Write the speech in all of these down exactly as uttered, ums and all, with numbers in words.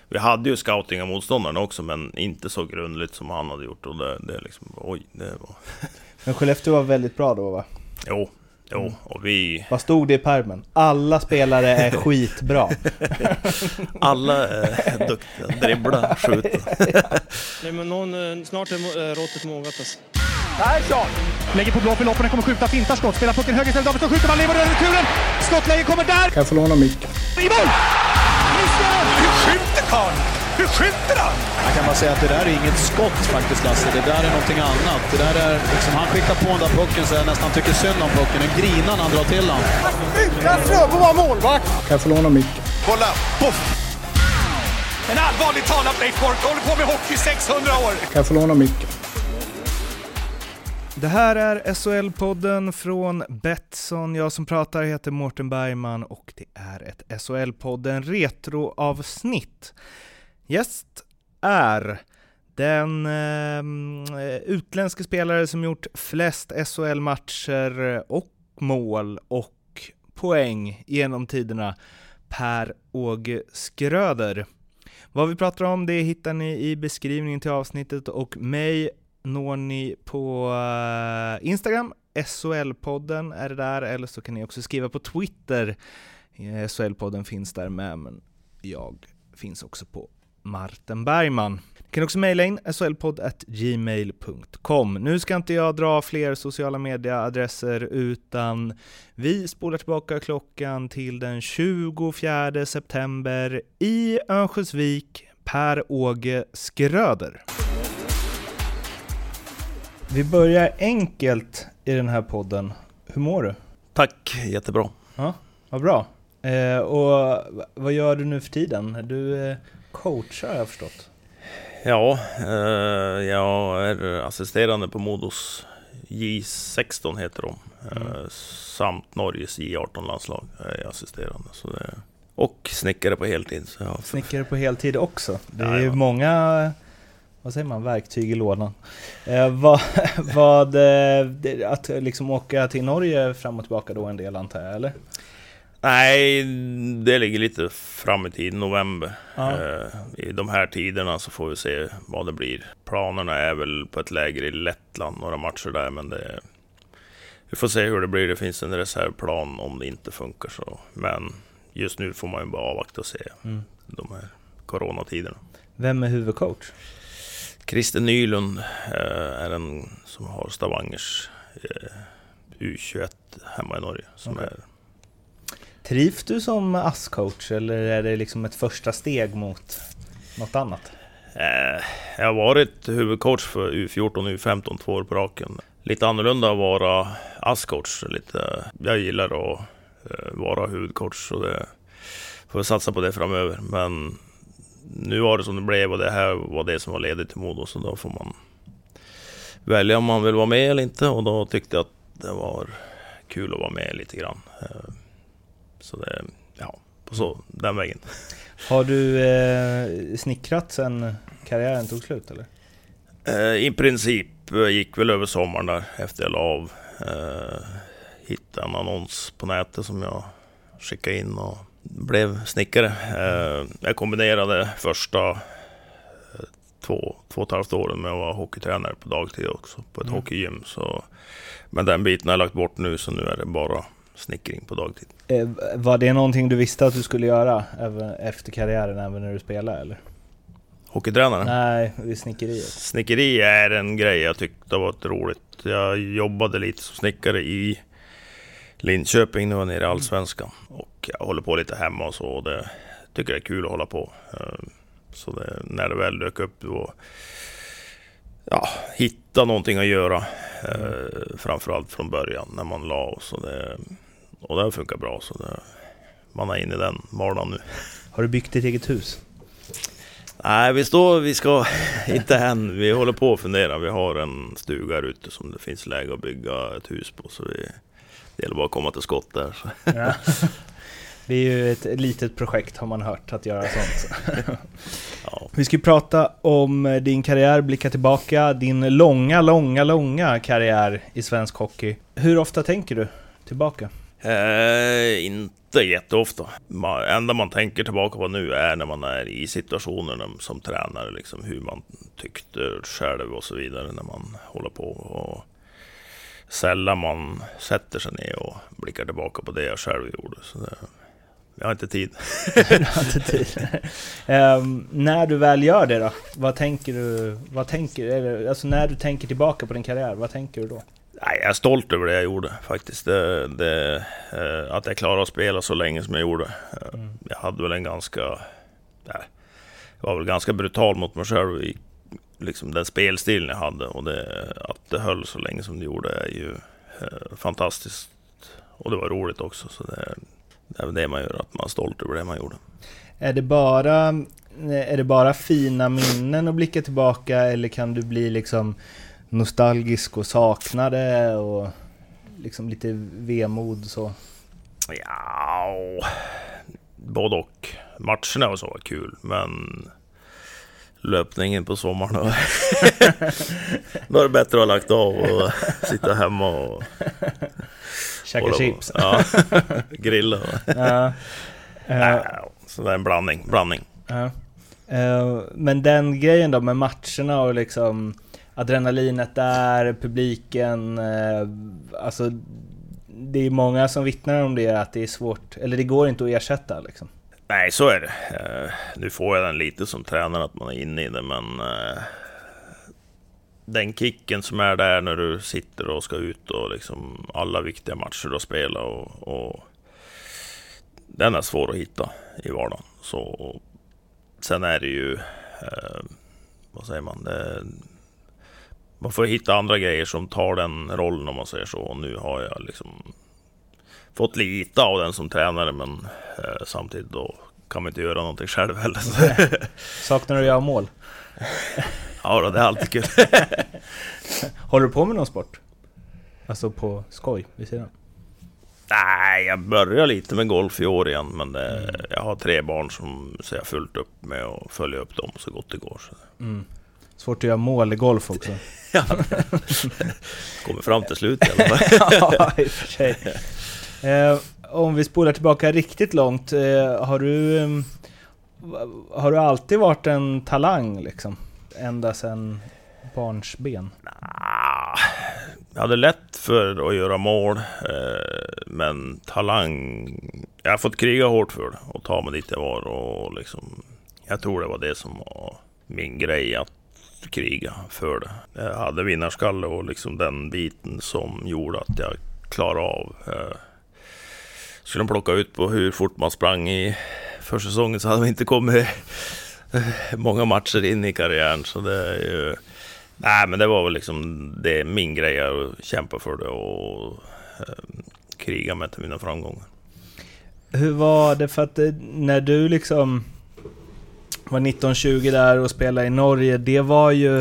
vi hade ju scouting av motståndarna också, men inte så grundligt som han hade gjort. Och det, det är liksom, oj, det var... Men Skellefteå var väldigt bra då, va? Jo, jo, mm. och vi... Vad stod det i pärmen? Alla spelare är skitbra. Alla är duktiga, dribbla, skjuta. Nej, men någon, snart är råttet mogat alltså. Persson! Lägger på blå för loppen, kommer skjuta, fintar skott, spelar pucken höger istället, Davidsson skjuter, man lever över returen, skottläge kommer där! Kan jag få låna micken? I mål! Hur skjuter Karl? Hur skjuter han? Jag kan bara säga att det där är inget skott faktiskt, Lasse, det där är någonting annat. Det där är liksom, han skickar på den där pucken så jag nästan tycker synd om pucken, en grinan han drar till han. Utan Fröbo var målvakt! Kan jag få låna micken? Kolla, poff! En allvarlig talad Leif Boork, håller på med hockey sexhundra år! Kan jag få låna micken? Det här är S H L-podden från Betsson. Jag som pratar heter Mårten Bergman och det är ett S H L-podden retroavsnitt. Gäst är den eh, utländska spelare som gjort flest S H L-matcher och mål och poäng genom tiderna, Per-Åge Skröder. Vad vi pratar om det hittar ni i beskrivningen till avsnittet och mig når ni på Instagram, S H L-podden är det där, eller så kan ni också skriva på Twitter. S H L-podden finns där med, men jag finns också på Martin Bergman. Ni kan också mejla in s h l podd at gmail punkt com. Nu ska inte jag dra fler sociala medieadresser utan vi spolar tillbaka klockan till den tjugofjärde september i Örnsköldsvik. Per-Åge Skröder. Vi börjar enkelt i den här podden. Hur mår du? Tack, jättebra. Ja, vad bra. Eh, och vad gör du nu för tiden? Du eh, coachar, har jag förstått. Ja, eh, jag är assisterande på Modos J sexton heter de. Mm. Eh, samt Norges J arton-landslag är jag assisterande. Så det, och snickare på heltid. Så jag... Snickare på heltid också. Det är ja, ju ja. många... Vad säger man? Verktyg i lådan. Eh, vad, vad, eh, att liksom åka till Norge fram och tillbaka då en del, antar jag, eller? Nej, det ligger lite fram i tiden, november. Ja. Eh, I de här tiderna så får vi se vad det blir. Planerna är väl på ett läger i Lettland, några matcher där, men det, vi får se hur det blir. Det finns en reservplan om det inte funkar så. Men just nu får man ju bara avvakta och se mm. de här coronatiderna. Vem är huvudcoach? Christer Nylund eh, är en som har Stavangers eh, U tjugoett hemma i Norge. Som okay. är... Trivs du som A S coach eller är det liksom ett första steg mot något annat? Eh, jag har varit huvudcoach för U fjorton och U femton två år på raken. Lite annorlunda att vara A S coach. Lite, jag gillar att eh, vara huvudcoach så det får jag satsa på det framöver. Men nu var det som det blev och det här var det som var ledigt till Modo, så då får man välja om man vill vara med eller inte, och då tyckte jag att det var kul att vara med lite grann. Så det, ja, på så, den vägen. Har du eh, snickrat sen karriären tog slut eller? Eh, I princip gick väl över sommaren där efter jag la av. Eh, hittade en annons på nätet som jag skickade in och blev snickare. Eh, jag kombinerade första eh, två, två och ett halvt åren med att vara hockeytränare på dagtid också på ett mm. hockeygym. Så, men den biten har jag lagt bort nu, så nu är det bara snickring på dagtid. Eh, var det någonting du visste att du skulle göra även efter karriären, även när du spelade eller? Hockeytränare? Nej, det är snickeriet. Snickeri är en grej jag tyckte var roligt. Jag jobbade lite som snickare i Linköping nu var nere i Allsvenskan och jag håller på lite hemma och så, och det tycker jag är kul att hålla på. Så det, när det väl dök upp då, ja, hitta någonting att göra mm. framförallt från början när man la och så det, och det funkar bra, så det, man är inne i den vardagen nu. Har du byggt ett eget hus? Nej, vi står, vi ska inte än. Vi håller på att fundera. Vi har en stuga här ute som det finns läge att bygga ett hus på, så vi, det gäller bara att komma till skott där. Ja. Det är ju ett litet projekt har man hört att göra sånt. Ja. Vi ska prata om din karriär, blicka tillbaka, din långa, långa, långa karriär i svensk hockey. Hur ofta tänker du tillbaka? Eh, inte jätteofta. Man, enda man tänker tillbaka på nu är när man är i situationer som tränare, liksom hur man tyckte själv och så vidare när man håller på. Och sällan man sätter sig ner och blickar tillbaka på det jag själv gjorde. Så det, jag har inte tid. Jag har inte tid. um, när du väl gör det då, vad tänker du? Vad tänker, eller, alltså när du tänker tillbaka på din karriär, vad tänker du då? Nej, jag är stolt över det jag gjorde faktiskt. Det, det, eh, att jag klarade att spela så länge som jag gjorde. Mm. Jag hade väl en ganska... Nej, jag var väl ganska brutal mot mig själv i liksom den spelstilen jag hade. Och det, att det höll så länge som det gjorde är ju eh, fantastiskt. Och det var roligt också. Så det, det är det man gör, att man är stolt över det man gjorde. Är det bara, är det bara fina minnen att blicka tillbaka, eller kan du bli liksom nostalgisk och sakna det och liksom lite vemod så? Ja, både och. Matcherna och så var kul, men löpningen på sommaren då, då är det bättre att ha lagt av och sitta hemma och käka chips. Ja, grilla. Ja. Uh, ja, så det är en blandning, blandning. Uh, uh, men den grejen då med matcherna och liksom adrenalinet där, publiken, uh, alltså det är många som vittnar om det, att det är svårt, eller det går inte att ersätta liksom. Nej, så är det. Uh, nu får jag den lite som tränare att man är inne i det, men uh, den kicken som är där när du sitter och ska ut och liksom alla viktiga matcher att spela och, och den är svår att hitta i vardagen. Så sen är det ju eh, vad säger man, det, man får hitta andra grejer som tar den rollen om man säger så. Och nu har jag liksom fått lite av den som tränare, men eh, samtidigt då kan man inte göra någonting själv heller. Saknar du att göra mål? Ja då, det är alltid kul. Håller du på med någon sport? Alltså på skoj vid sidan? Nej, jag börjar lite med golf i år igen, men det, mm. jag har tre barn som så jag fullt upp med att följa upp dem så gott det går. Så. Mm. Svårt att göra mål i golf också. Ja, kommer fram till slut i alla fall. Ja, i och för sig. Eh, om vi spolar tillbaka riktigt långt, eh, har du eh, har du alltid varit en talang liksom? Ända sedan barnsben? Nah, jag hade lätt för att göra mål, eh, men talang, jag har fått kriga hårt för det och ta mig dit jag var, och liksom, jag tror det var det som var min grej, att kriga för det. Jag hade vinnarskalle och liksom den biten som gjorde att jag klarade av. Eh, skulle de plocka ut på hur fort man sprang i försäsongen så hade vi inte kommit många matcher in i karriären, så det är ju... Nej, men det var väl liksom det är min grej att kämpa för det och eh, kriga med till mina framgångar. Hur var det, för att när du liksom var nitton tjugo där och spelade i Norge, det var ju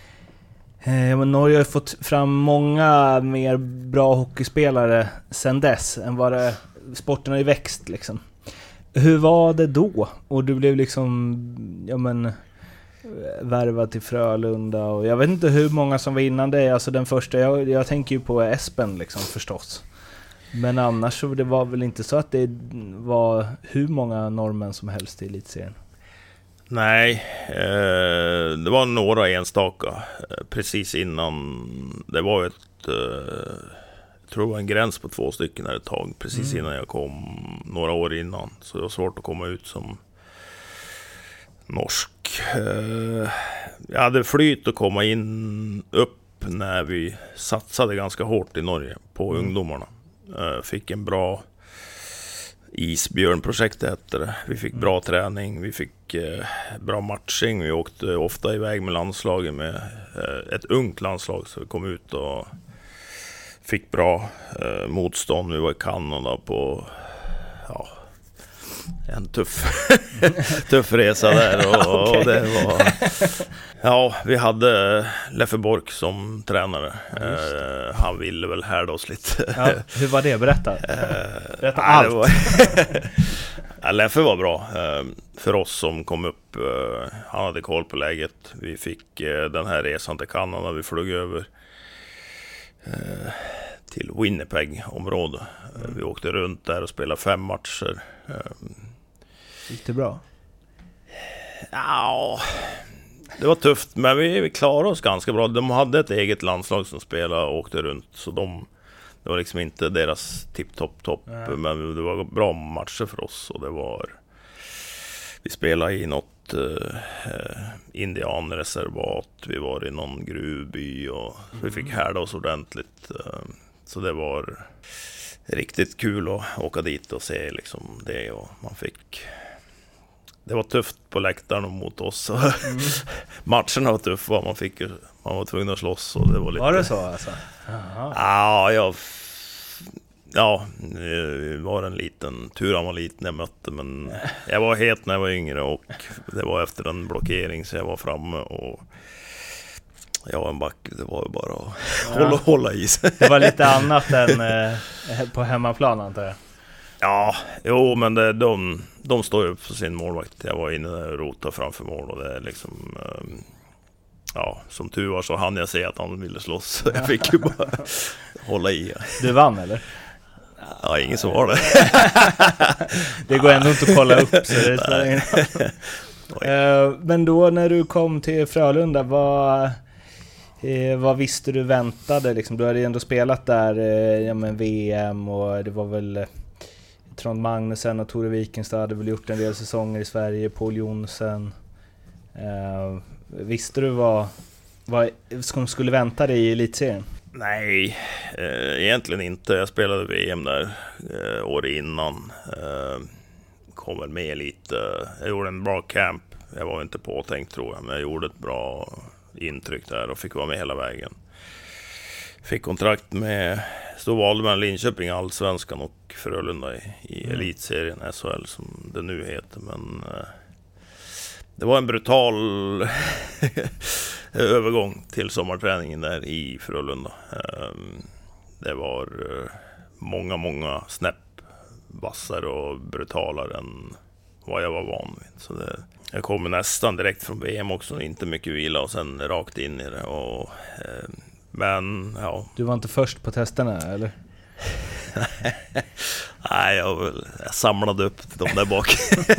eh, men Norge har fått fram många mer bra hockeyspelare sen dess än vad det, sporten har ju växt liksom. Hur var det då? Och du blev liksom, ja men, värvad till Frölunda, och jag vet inte hur många som var innan det. Alltså den första, jag, jag tänker ju på Espen liksom förstås. Men annars så det var väl inte så att det var hur många norrmän som helst i elitserien. Nej, eh, det var några enstaka eh, precis innan. Det var ett eh, jag tror det var en gräns på två stycken här ett tag, precis mm. innan jag kom, några år innan. Så det var svårt att komma ut som norsk. Jag hade flyt att komma in upp när vi satsade ganska hårt i Norge på mm. ungdomarna. Fick en bra isbjörnprojekt hette det. Vi fick mm. bra träning, vi fick bra matching. Vi åkte ofta iväg med landslaget, med ett ungt landslag, så vi kom ut och fick bra motstånd. Vi var i Kanada på ja, en tuff tuff resa där, och, okay. och det var ja, vi hade Leffe Bork som tränare. Ja, uh, han ville väl härda oss lite. Ja, hur var det? Berätta. Uh, Berätta allt. Det var ja, Leffe var bra uh, för oss som kom upp. Uh, han hade koll på läget. Vi fick uh, den här resan till Kanada. Vi flög över uh, till Winnipeg-området. Mm. Vi åkte runt där och spelade fem matcher. Gick det bra? Ja, det var tufft, men vi, vi klarade oss ganska bra. De hade ett eget landslag som spelade och åkte runt, så de, det var liksom inte deras tipp-topp-topp, mm. men det var bra matcher för oss. Och det var, vi spelade i något eh, indianreservat, vi var i någon gruvby och mm. vi fick härda oss ordentligt. Eh, så det var riktigt kul att åka dit och se liksom det, och man fick... Det var tufft på läktaren mot oss. Mm. Matcherna var tuffa, man fick man var tvungen att slåss, och det var lite... Var det så alltså? Ja, jag ja, det var en liten tur han var liten jag mötte, men jag var het när jag var yngre, och det var efter en blockering så jag var framme, och jag var en back, det var ju bara att ja. hålla, hålla i sig. Det var lite annat än eh, på hemmaplan, antar jag. Ja, jo, men det, de, de står ju upp för sin målvakt. Jag var inne och rotade framför mål, och det är liksom... Um, ja, som tur var så hann jag se att han ville slåss. Jag fick ju bara hålla i. Du vann, eller? Ja, ingen som var det. Det går ändå inte att kolla upp, så det är ingen... uh, Men då när du kom till Frölunda, vad... Eh, vad visste du väntade? Liksom, du hade ju ändå spelat där eh, ja, men V M, och det var väl eh, Trond Magnusen och Tore Wikenstad hade väl gjort en del säsonger i Sverige, Paul Jonsen. Eh, visste du vad, vad som skulle vänta dig i elitserien? Nej, eh, egentligen inte. Jag spelade V M där eh, år innan. Eh, kom väl med lite. Jag gjorde en bra camp. Jag var inte påtänkt, tror jag, men jag gjorde ett bra intryck där och fick vara med hela vägen. Fick kontrakt med, stod valde mellan Linköping, Allsvenskan och Frölunda i, i mm. elitserien, S H L som det nu heter, men eh, det var en brutal övergång till sommarträningen där i Frölunda. Eh, det var eh, många, många snäpp vassare och brutalare än vad jag var van vid. Så det, jag kom nästan direkt från V M också, inte mycket vila, och sen rakt in i det. Och, eh, men ja. Du var inte först på testerna, eller? Nej, jag, jag samlade upp de där bak.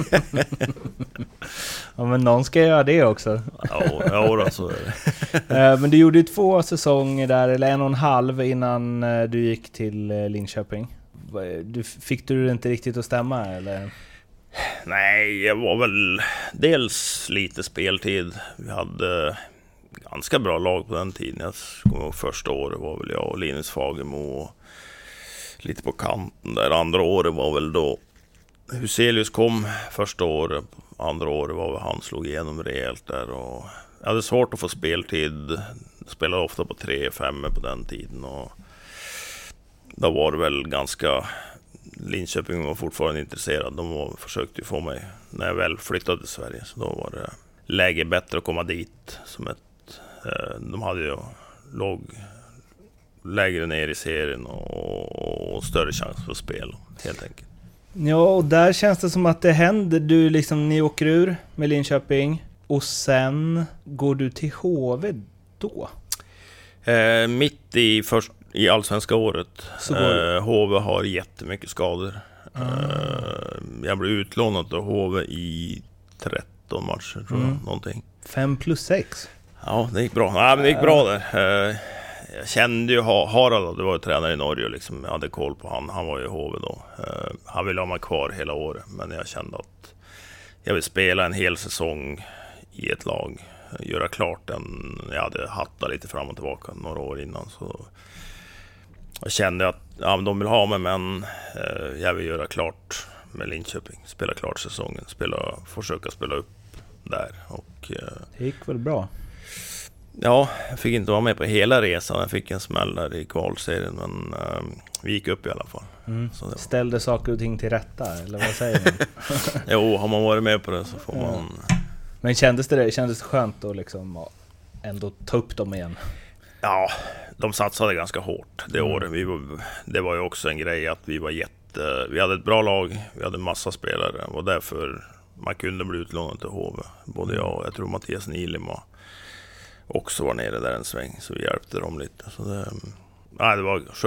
Ja, men någon ska göra det också. Ja, ja då, så är det. Men du gjorde ju två säsonger där, eller en och en halv innan du gick till Linköping. Du, fick du det inte riktigt att stämma, eller? Nej, jag var väl dels lite speltid. Vi hade ganska bra lag på den tiden. Jag kommer ihåg första året var väl jag och Linus Fagemo lite på kanten där. Andra året var väl då Huselius kom första året. Andra året var väl han slog igenom rejält där. Och jag hade svårt att få speltid. Jag spelade ofta på tre fem på den tiden. Och då var det väl ganska... Linköping var fortfarande intresserad. De var, försökte ju få mig när jag väl flyttade till Sverige. Så då var det läge bättre att komma dit. Som ett, eh, de hade ju låg lägre ner i serien och, och större chans för spel, helt enkelt. Ja, och där känns det som att det händer. Du liksom, ni åker ur med Linköping och sen går du till H V då? Eh, mitt i först i allsvenska året. Eh, H V har jättemycket skador. Ah. Eh, jag blev utlånad till H V i tretton matcher, tror mm. jag. Någonting. fem plus sex. Ja, det gick bra. Nej, men det gick bra där. Eh, jag kände ju Harald, det var ju tränare i Norge, liksom. Jag hade koll på han. Han var ju i H V då. Eh, han ville ha mig kvar hela året, men jag kände att jag vill spela en hel säsong i ett lag. Göra klart den. Jag hade hattat lite fram och tillbaka några år innan, så jag kände att ja, de vill ha mig, men eh, jag vill göra klart med Linköping. Spela klart säsongen, spela, försöka spela upp där. Och, eh, det gick väl bra? Ja, jag fick inte vara med på hela resan. Jag fick en smäll där i kvalserien, men eh, vi gick upp i alla fall. Mm. Så det var... Ställde saker och ting till rätta, eller vad säger man? Jo, har man varit med på det så får ja. man... Men kändes det, kändes det skönt att liksom ändå ta upp dem igen? Ja, de satsade ganska hårt det mm. året. Vi var, det var ju också en grej att vi var jätte... Vi hade ett bra lag, vi hade massa spelare, och därför man kunde bli utlånad till H V. Både jag och jag tror Mattias Nilima också var nere där en sväng, så vi hjälpte dem lite. Så det, nej, det var skönt att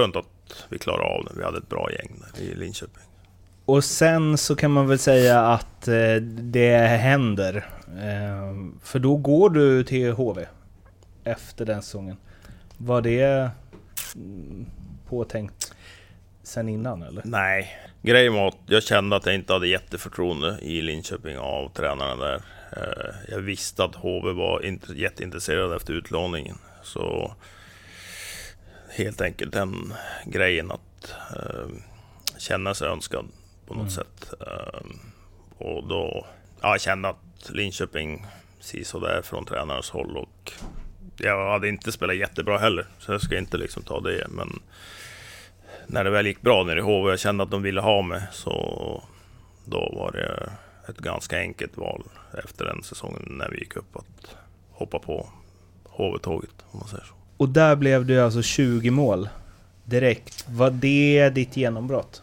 att vi klarade av det. Vi hade ett bra gäng där i Linköping. Och sen så kan man väl säga att eh, det händer. Eh, för då går du till H V efter den säsongen. Var det mm, påtänkt sen innan eller? Nej, grejen var att jag kände att jag inte hade jätteförtroende i Linköping av tränarna där. Eh, jag visste att H V var inte jätteintresserad efter utlåningen. Så helt enkelt den grejen att eh, känna sig önskad på något mm. sätt. Uh, och då ja, jag kände att Linköping ser så där från tränarens håll, och jag hade inte spelat jättebra heller, så jag ska inte liksom ta det, men när det väl gick bra nere i H V, jag kände att de ville ha mig, så då var det ett ganska enkelt val efter den säsongen när vi gick upp att hoppa på H V-tåget, om man säger så. Och där blev det alltså tjugo mål direkt. Var det ditt genombrott?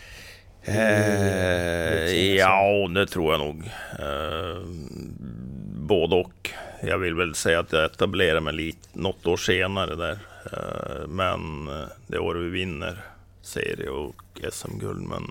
Eh, ja, det tror jag nog. Eh, både och. Jag vill väl säga att jag etablerar mig lite något år senare där. Eh, men det år vi vinner serie och S M-guld. Men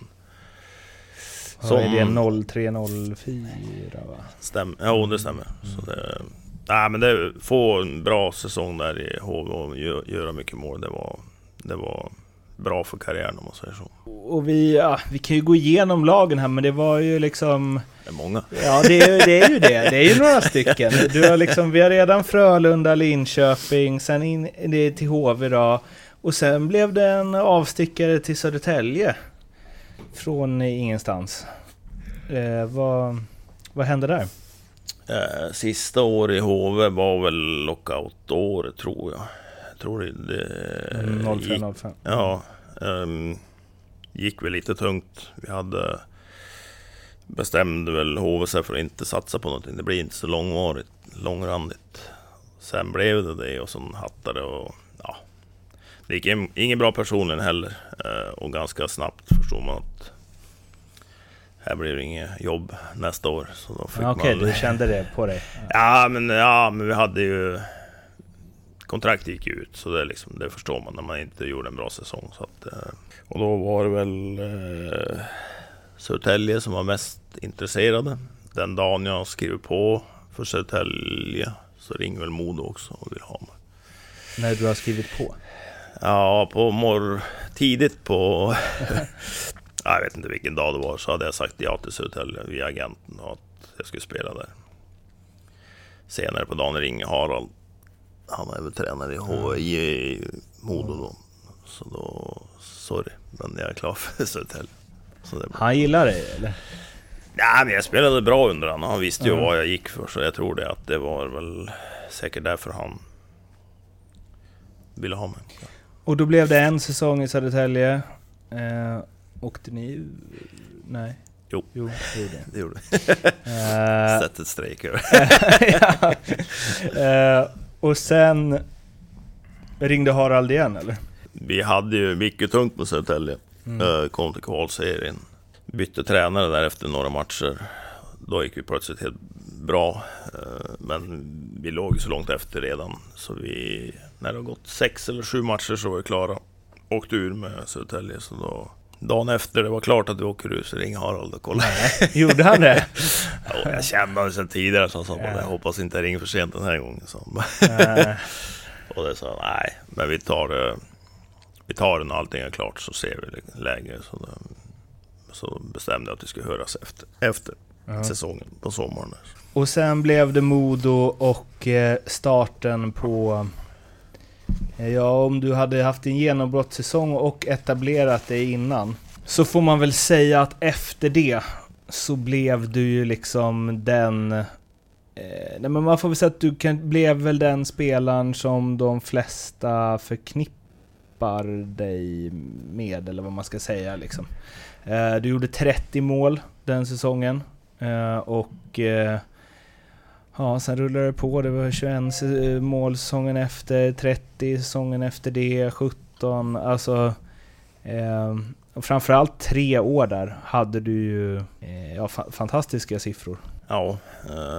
som, är det noll tre noll fyra va? Stäm, ja, det stämmer. Mm. Så det, nej, men det, få en bra säsong där i H V och gö, göra mycket mål. Det var... Det var bra för karriären, om man säger så. Och vi, ja, vi kan ju gå igenom lagen här, men det var ju liksom... Det är många. Ja, det är, det är ju det. Det är ju några stycken. Du har liksom, vi har redan Frölunda, Linköping, sen in det till H V då. Och sen blev det en avstickare till Södertälje. Från ingenstans. Eh, vad, vad hände där? Eh, sista år i H V var väl lockout-året, tror jag. Jag tror det, det noll tre noll fem. Ja, um, gick väl lite tungt. Vi hade bestämde väl H V sig för att inte satsa på någonting. Det blir inte så långvarigt, långrandigt. Sen blev det det och så hattade och ja. Det gick in, ingen bra personen heller, uh, och ganska snabbt förstod man att här blir det inget jobb nästa år. Så då fick ja, okej, man... du kände det på dig. Ja, ja men ja, men vi hade ju kontrakt gick ut, så det, liksom, det förstår man när man inte gjorde en bra säsong. Så att, och då var det väl eh, Södertälje som var mest intresserade. Den dagen jag skrev på för Södertälje så ringer väl Modo också och vill ha mig. När du har skrivit på? Ja, på morgon tidigt på jag vet inte vilken dag det var, så hade jag sagt ja till Södertälje via agenten och att jag skulle spela där. Senare på dagen ringer Harald. Han är väl tränare i H I i Modo då. Så då, sorry, men jag är klar för Södertälje. Han gillar dig, eller? Nej, men jag spelade bra under han. Han visste ju mm. vad jag gick för, så jag tror det att det var väl säkert därför han ville ha mig. Ja. Och då blev det en säsong i Södertälje. Eh, åkte ni? Nej. Jo, jo det gjorde det. Gjorde det. Sätt ett strejk över. ja. eh, Och sen ringde Harald igen, eller? Vi hade ju mycket tungt med Södertälje. Mm. Kom till kvalserien. Bytte tränare där efter några matcher. Då gick vi plötsligt helt bra. Men vi låg så långt efter redan. Så vi, när det har gått sex eller sju matcher så var vi klara. Åkte ur med Södertälje. Så då, dagen efter det var klart att vi åker ur, så ringde Harald och kollade. Gjorde han det? Ja, jag kände honom sedan tidigare, så sa, jag hoppas inte jag ringer för sent den här gången. Så. Och det sa, nej, men vi tar det, vi tar det när allting är klart, så ser vi läge. Så, då, så bestämde jag att vi skulle höras efter, efter uh-huh. säsongen på sommaren. Och sen blev det Modo och starten på... Ja, om du hade haft en genombrottssäsong och etablerat det innan, så får man väl säga att efter det så blev du ju liksom den... Eh, nej, men man får väl säga att du kan, blev väl den spelaren som de flesta förknippar dig med, eller vad man ska säga liksom. Eh, du gjorde trettio mål den säsongen eh, och... Eh, Ja, sen rullade det på. Det var tjugoett mål säsongen efter, trettio säsongen efter det, sjutton. Alltså, eh, och framförallt tre år där hade du ju eh, ja, fa- fantastiska siffror. Ja,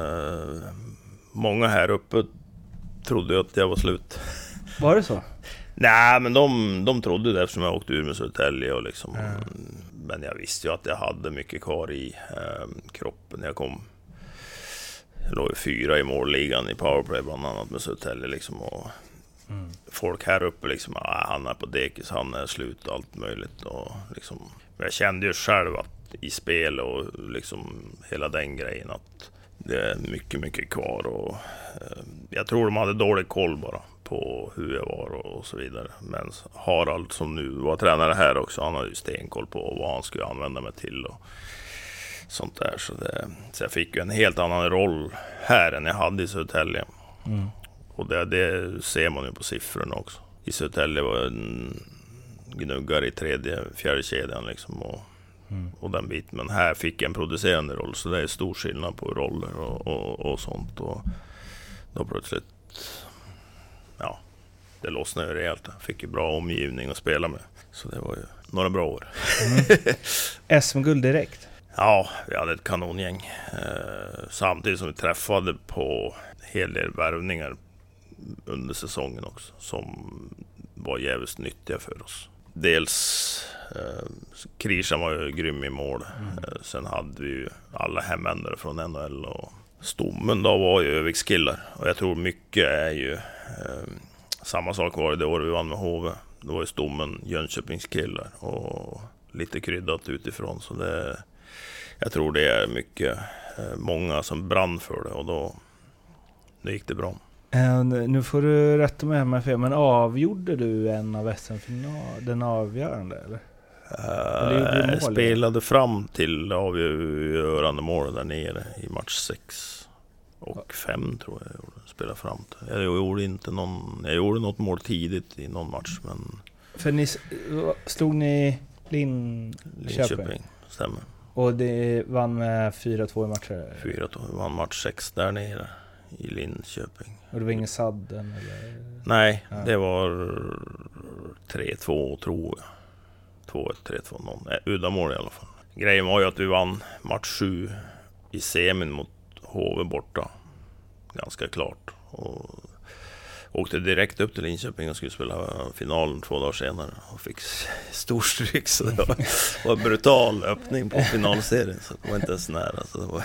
eh, många här uppe trodde att jag var slut. Var det så? Nej, men de, de trodde det eftersom jag åkte ur med Södertälje och liksom, Mm. men jag visste ju att jag hade mycket kvar i eh, kroppen. Jag kom jag låg fyra i målligan i powerplay bland annat med Södertälje liksom, och mm. folk här uppe liksom, ah, han är på dekis, han är slut och allt möjligt och liksom, jag kände ju själv att i spel och liksom hela den grejen att det är mycket, mycket kvar och eh, jag tror de hade dålig koll bara på hur jag var och så vidare. Men Harald som nu var tränare här också, han hade ju stenkoll på vad han skulle använda mig till och sånt där. Så, det, så jag fick ju en helt annan roll här än jag hade i Södertälje. Mm. Och det, det ser man ju på siffrorna också. I Södertälje var en gnuggare i tredje, fjärde kedjan liksom och, mm. och den biten. Men här fick jag en producerande roll, så det är stor skillnad på roller och, och, och sånt. Och då plötsligt, ja, det lossnade ju rejält. Jag fick ju bra omgivning att spela med. Så det var ju några bra år. Mm. S M-guld direkt? Ja, vi hade ett kanongäng. Eh, samtidigt som vi träffade på hel del värvningar under säsongen också, som var jävligt nyttiga för oss. Dels eh, Krishan var ju grym i mål. Mm. Eh, sen hade vi ju alla hemvändare från N H L och stommen då var ju överviktskillar. Och jag tror mycket är ju eh, samma sak var det det år vi vann med H V. Då var ju stommen Jönköpingskillar och lite kryddat utifrån. Så det, jag tror det är mycket eh, många som brann för det och då det gick det bra. And, nu får du rätta mig med fel, men avgjorde du en av S M-final, den avgörande eller? Uh, eller mål, spelade fram till avgörande mål där nere i match sex och fem tror jag jag spelade fram till. Jag gjorde inte någon, jag gjorde något mål tidigt i någon match, men för ni slog ni Lin... Linköping, stämmer. Och det vann med fyra två i matcher? fyra två, vann match sex där nere i Linköping. Och det var ingen sadden eller? Nej, ja. Det var tre två tror jag. två ett, tre två, någon. Nej, uddamål i alla fall. Grejen var ju att vi vann match sju i semin mot H V borta. Ganska klart. Och åkte direkt upp till Linköping och skulle spela finalen två dagar senare. Och fick stor stryk, så det var, var en brutal öppning på finalserien. Så det var inte ens nära. Så det var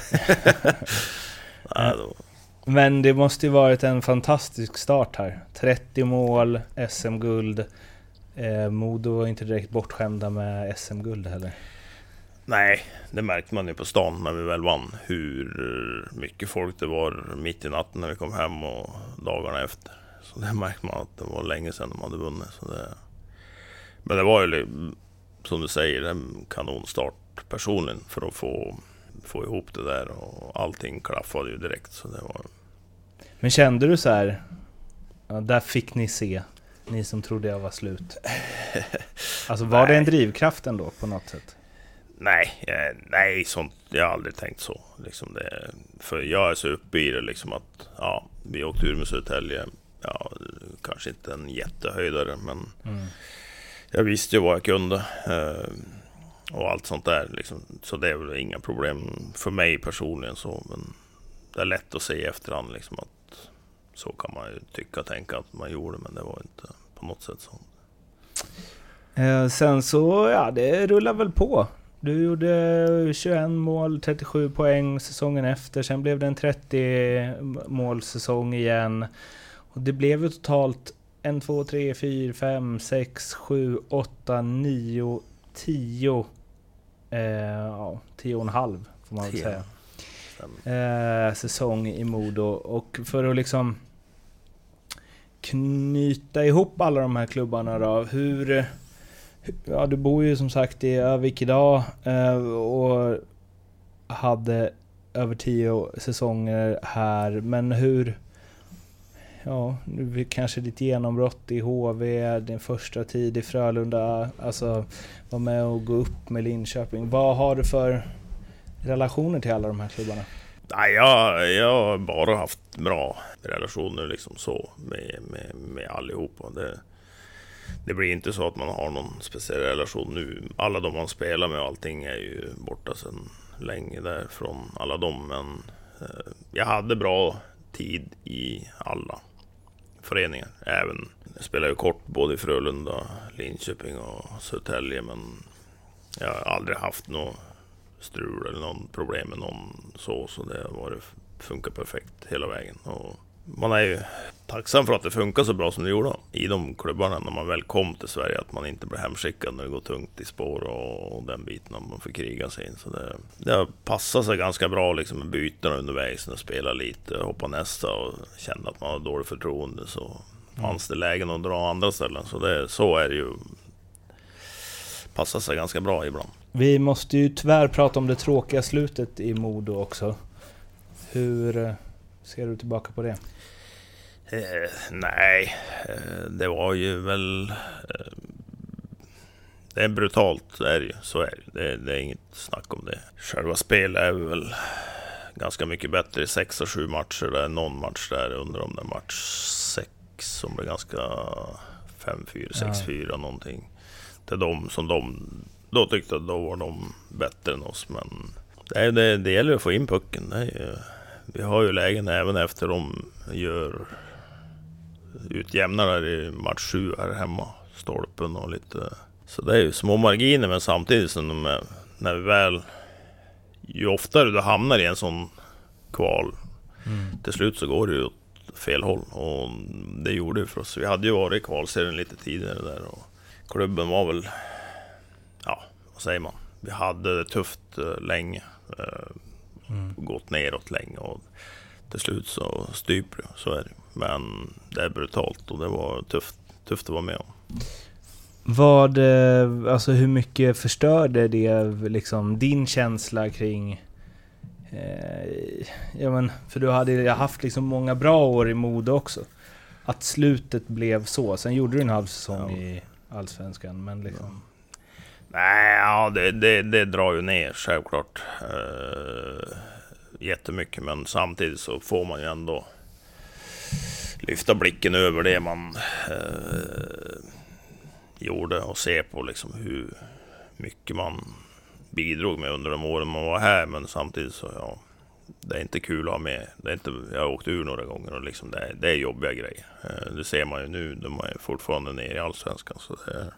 Nej, då. Men det måste ju varit en fantastisk start här. trettio mål, S M-guld. Eh, Modo var inte direkt bortskämda med S M-guld heller. Nej, det märkte man ju på stan när vi väl vann. Hur mycket folk det var mitt i natten när vi kom hem och dagarna efter. Så det märkte man att det var länge sedan de hade vunnit. Så det... Men det var ju, som du säger, en kanonstart personligen för att få, få ihop det där. Och allting klaffade ju direkt. Så det var... Men kände du så här, ja, där fick ni se, ni som trodde jag var slut. Alltså var det en drivkraft ändå på något sätt? Nej, nej, sånt, jag har aldrig tänkt så. Liksom det, för jag är så uppe i det liksom att ja, vi åkte ur med Södertälje. Ja, kanske inte en jättehöjdare, men mm. jag visste ju vad jag kunde. Eh, och allt sånt där. Liksom. Så det är väl inga problem för mig personligen. Så, men det är lätt att se i efterhand liksom, att så kan man ju tycka och tänka att man gjorde, men det var inte på något sätt så. Eh, sen så, ja, det rullar väl på. Du gjorde tjugoett mål, trettiosju poäng säsongen efter. Sen blev det en trettio målsäsong igen. Och det blev ju totalt ett, två, tre, fyra, fem, sex, sju, åtta, nio, tio. Eh, ja, tio och en halv får man väl säga. Eh, säsong i Modo. Och för att liksom knyta ihop alla de här klubbarna då, hur... Ja, du bor ju som sagt i Övik idag eh, och hade över tio säsonger här, men hur, ja, nu kanske ditt genombrott i H V, din första tid i Frölunda, alltså var med och gå upp med Linköping. Vad har du för relationer till alla de här klubbarna? Nej, jag, jag har bara haft bra relationer liksom så med, med, med allihopa. Det Det blir inte så att man har någon speciell relation nu. Alla de man spelar med och allting är ju borta sedan länge där från alla dem. Men eh, jag hade bra tid i alla. föreningar. Även, jag spelar ju kort både i Frölunda, Linköping och Södertälje, men jag har aldrig haft något strul eller någon problem med någon så, så det har varit, funkar perfekt hela vägen. Och man är ju tacksam för att det funkar så bra som det gjorde i de klubbarna när man väl kom till Sverige, att man inte blir hemskickad när det går tungt i spår och, och den biten, om man får kriga sig in. Så det, det passar sig ganska bra liksom med bytena undervägs, och spela lite, hoppa nästa och känna att man har dåligt förtroende, så fanns det lägen att dra andra ställen. Så, det, så är det ju, passar sig ganska bra ibland. Vi måste ju tyvärr prata om det tråkiga slutet i Modo också. Hur ser du tillbaka på det? Eh, nej, eh, det var ju väl... Eh, det är brutalt, är det ju. Så är det. Det, det är inget snack om det. Själva spelet är väl ganska mycket bättre i sex och sju matcher. Det är någon match där under om den match sex som blir ganska fem fyra, sex fyra någonting. Det är de som de... Då tyckte att då var de bättre än oss, men det, är, det, det gäller att få in pucken. Det är ju, vi har ju lägen även efter de gör utjämnar där i match sju här hemma, stolpen och lite. Så det är ju små marginer, men samtidigt som de är, när vi väl, ju oftare du hamnar i en sån kval, mm. till slut så går det ju åt fel håll, och det gjorde det för oss. Vi hade ju varit i kvalserien lite tidigare där, och klubben var väl, ja, vad säger man, vi hade det tufft uh, länge, uh, mm. gått neråt länge, och till slut så styper det, så är det. Men det är brutalt, och det var tufft, tufft att vara med om. Vad, alltså hur mycket förstörde det liksom din känsla kring eh, ja men, för du hade ju haft liksom många bra år i Modo också, att slutet blev så. Sen gjorde du en halv säsong ja. i Allsvenskan, men liksom ja. Nej, ja, det, det, det drar ju ner självklart uh, jättemycket, men samtidigt så får man ju ändå lyfta blicken över det man uh, gjorde och se på liksom hur mycket man bidrog med under de åren man var här. Men samtidigt så ja, det är inte kul att ha med. Det är inte, jag har åkt ur några gånger, och liksom det, är, det är jobbiga grejer. Det ser man ju nu, de är fortfarande nere i Allsvenskan, så det är,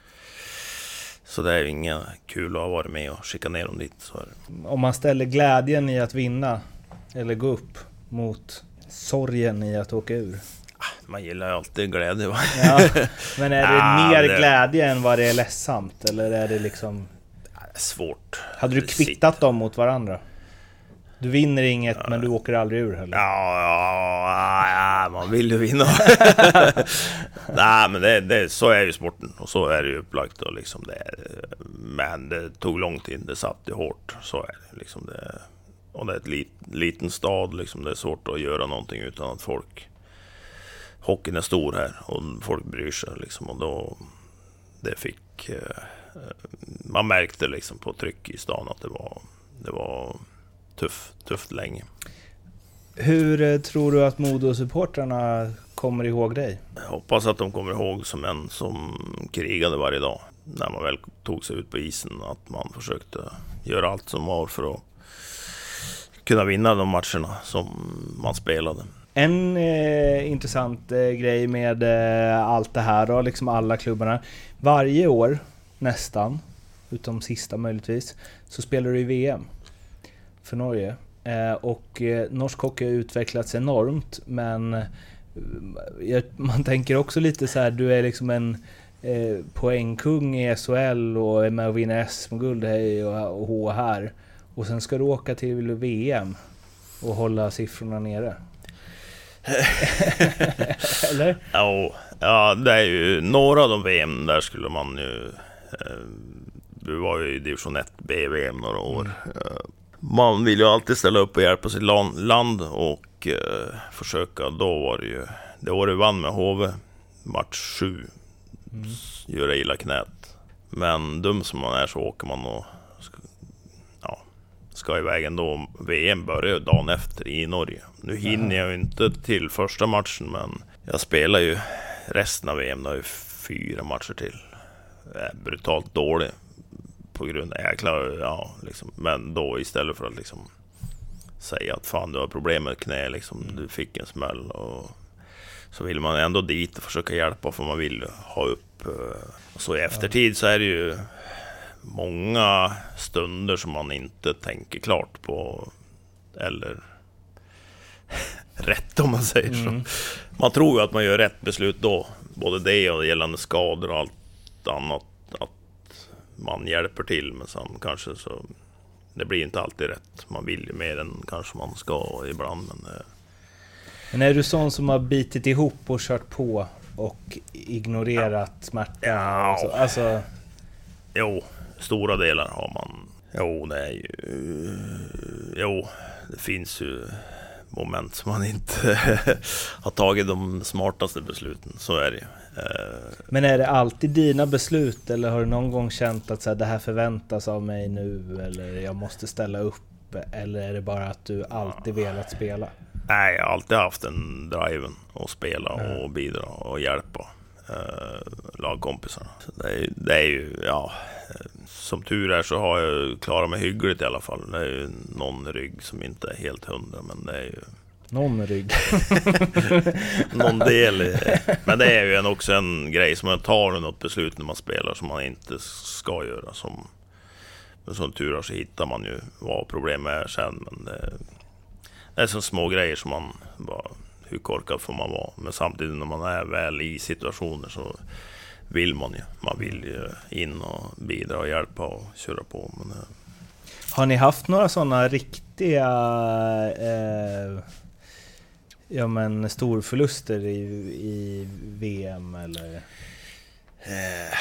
så det är inga kul att ha varit med och skicka ner dem dit. Så är det. Om man ställer glädjen i att vinna eller gå upp mot sorgen i att åka ur. Man gillar ju alltid glädje, va? Ja, men är det ja, mer det... glädje än vad det är ledsamt? Eller är det liksom... Ja, det är svårt. Hade du kvittat dem mot varandra? Du vinner inget, ja. Men du åker aldrig ur heller. Ja, ja, ja man vill ju vinna. Nej, men det, det, så är ju sporten. Och så är det ju upplagt. Och liksom det, men det tog lång tid. Det satt ju hårt. Så är det. Liksom det, och det är ett lit, liten stad. Liksom det är svårt att göra någonting utan att folk... Hockeyn är stor här och folk bryr sig liksom, och då det fick eh, man märkte liksom på tryck i stan att det var det var tuff, tufft länge. Hur eh, tror du att Modo-supportrarna kommer ihåg dig? Jag hoppas att de kommer ihåg som en som krigade varje dag när man väl tog sig ut på isen, att man försökte göra allt som var för att kunna vinna de matcherna som man spelade. En eh, intressant eh, grej med eh, allt det här och liksom alla klubbarna. Varje år, nästan, utom sista möjligtvis, så spelar du i V M för Norge. Eh, och eh, norsk hockey har utvecklats enormt, men eh, man tänker också lite så här, du är liksom en eh, poängkung i S H L och är med och vinner S M-guld hej och, och H här. Och sen ska du åka till V M och hålla siffrorna nere. Eller? Ja, ja, det är ju några av de V M där skulle man ju eh, vi var ju i division ett B V M några år. Mm. Man vill ju alltid ställa upp och hjälpa sitt land och eh, försöka. Då var det ju det året vann med H V match sju, mm. göra illa knät, men dum som man är så åker man och ja, ska iväg ändå. V M börjar dagen efter i Norge. Nu hinner jag ju inte till första matchen, men jag spelar ju resten av V M, då är fyra matcher till. Jag är brutalt dålig på grund av, jag klarar, ja, liksom, men då istället för att liksom säga att fan du har problem med knä, liksom, du fick en smäll, och så vill man ändå dit och försöka hjälpa, för man vill ha upp. Så i eftertid så är det ju många stunder som man inte tänker klart på, eller rätt om man säger mm. så. Man tror ju att man gör rätt beslut då, både det och gällande skador och allt annat, att man hjälper till, men sen kanske så det blir inte alltid rätt. Man vill ju mer än kanske man ska ibland, men det... Men är du sån som har bitit ihop och kört på och ignorerat ja. smärta? Ja. Så? Alltså... Jo, stora delar har man. Jo, det är ju... Jo, det finns ju moment som man inte har tagit de smartaste besluten. Så är det ju. Men är det alltid dina beslut, eller har du någon gång känt att så här, det här förväntas av mig nu, eller jag måste ställa upp, eller är det bara att du alltid velat spela? Nej, jag har alltid haft en driven att spela och bidra och hjälpa eh, lagkompisarna. Så det, är, det är ju, ja, som tur är så har jag klarat mig hyggligt i alla fall. Det är ju någon rygg som inte är helt hundra, men det är ju... Någon rygg. Någon del. Men det är ju en, också en grej som man tar något beslut när man spelar som man inte ska göra. Som, men som tur är så hittar man ju vad problemet är sen. Men det, det är så små grejer som man bara, hur korkad får man vara. Men samtidigt när man är väl i situationer så vill man ju. Man vill ju in och bidra och hjälpa och köra på. Men, har ni haft några sådana riktiga... Eh... Ja, men storförluster i, i V M eller? Eh,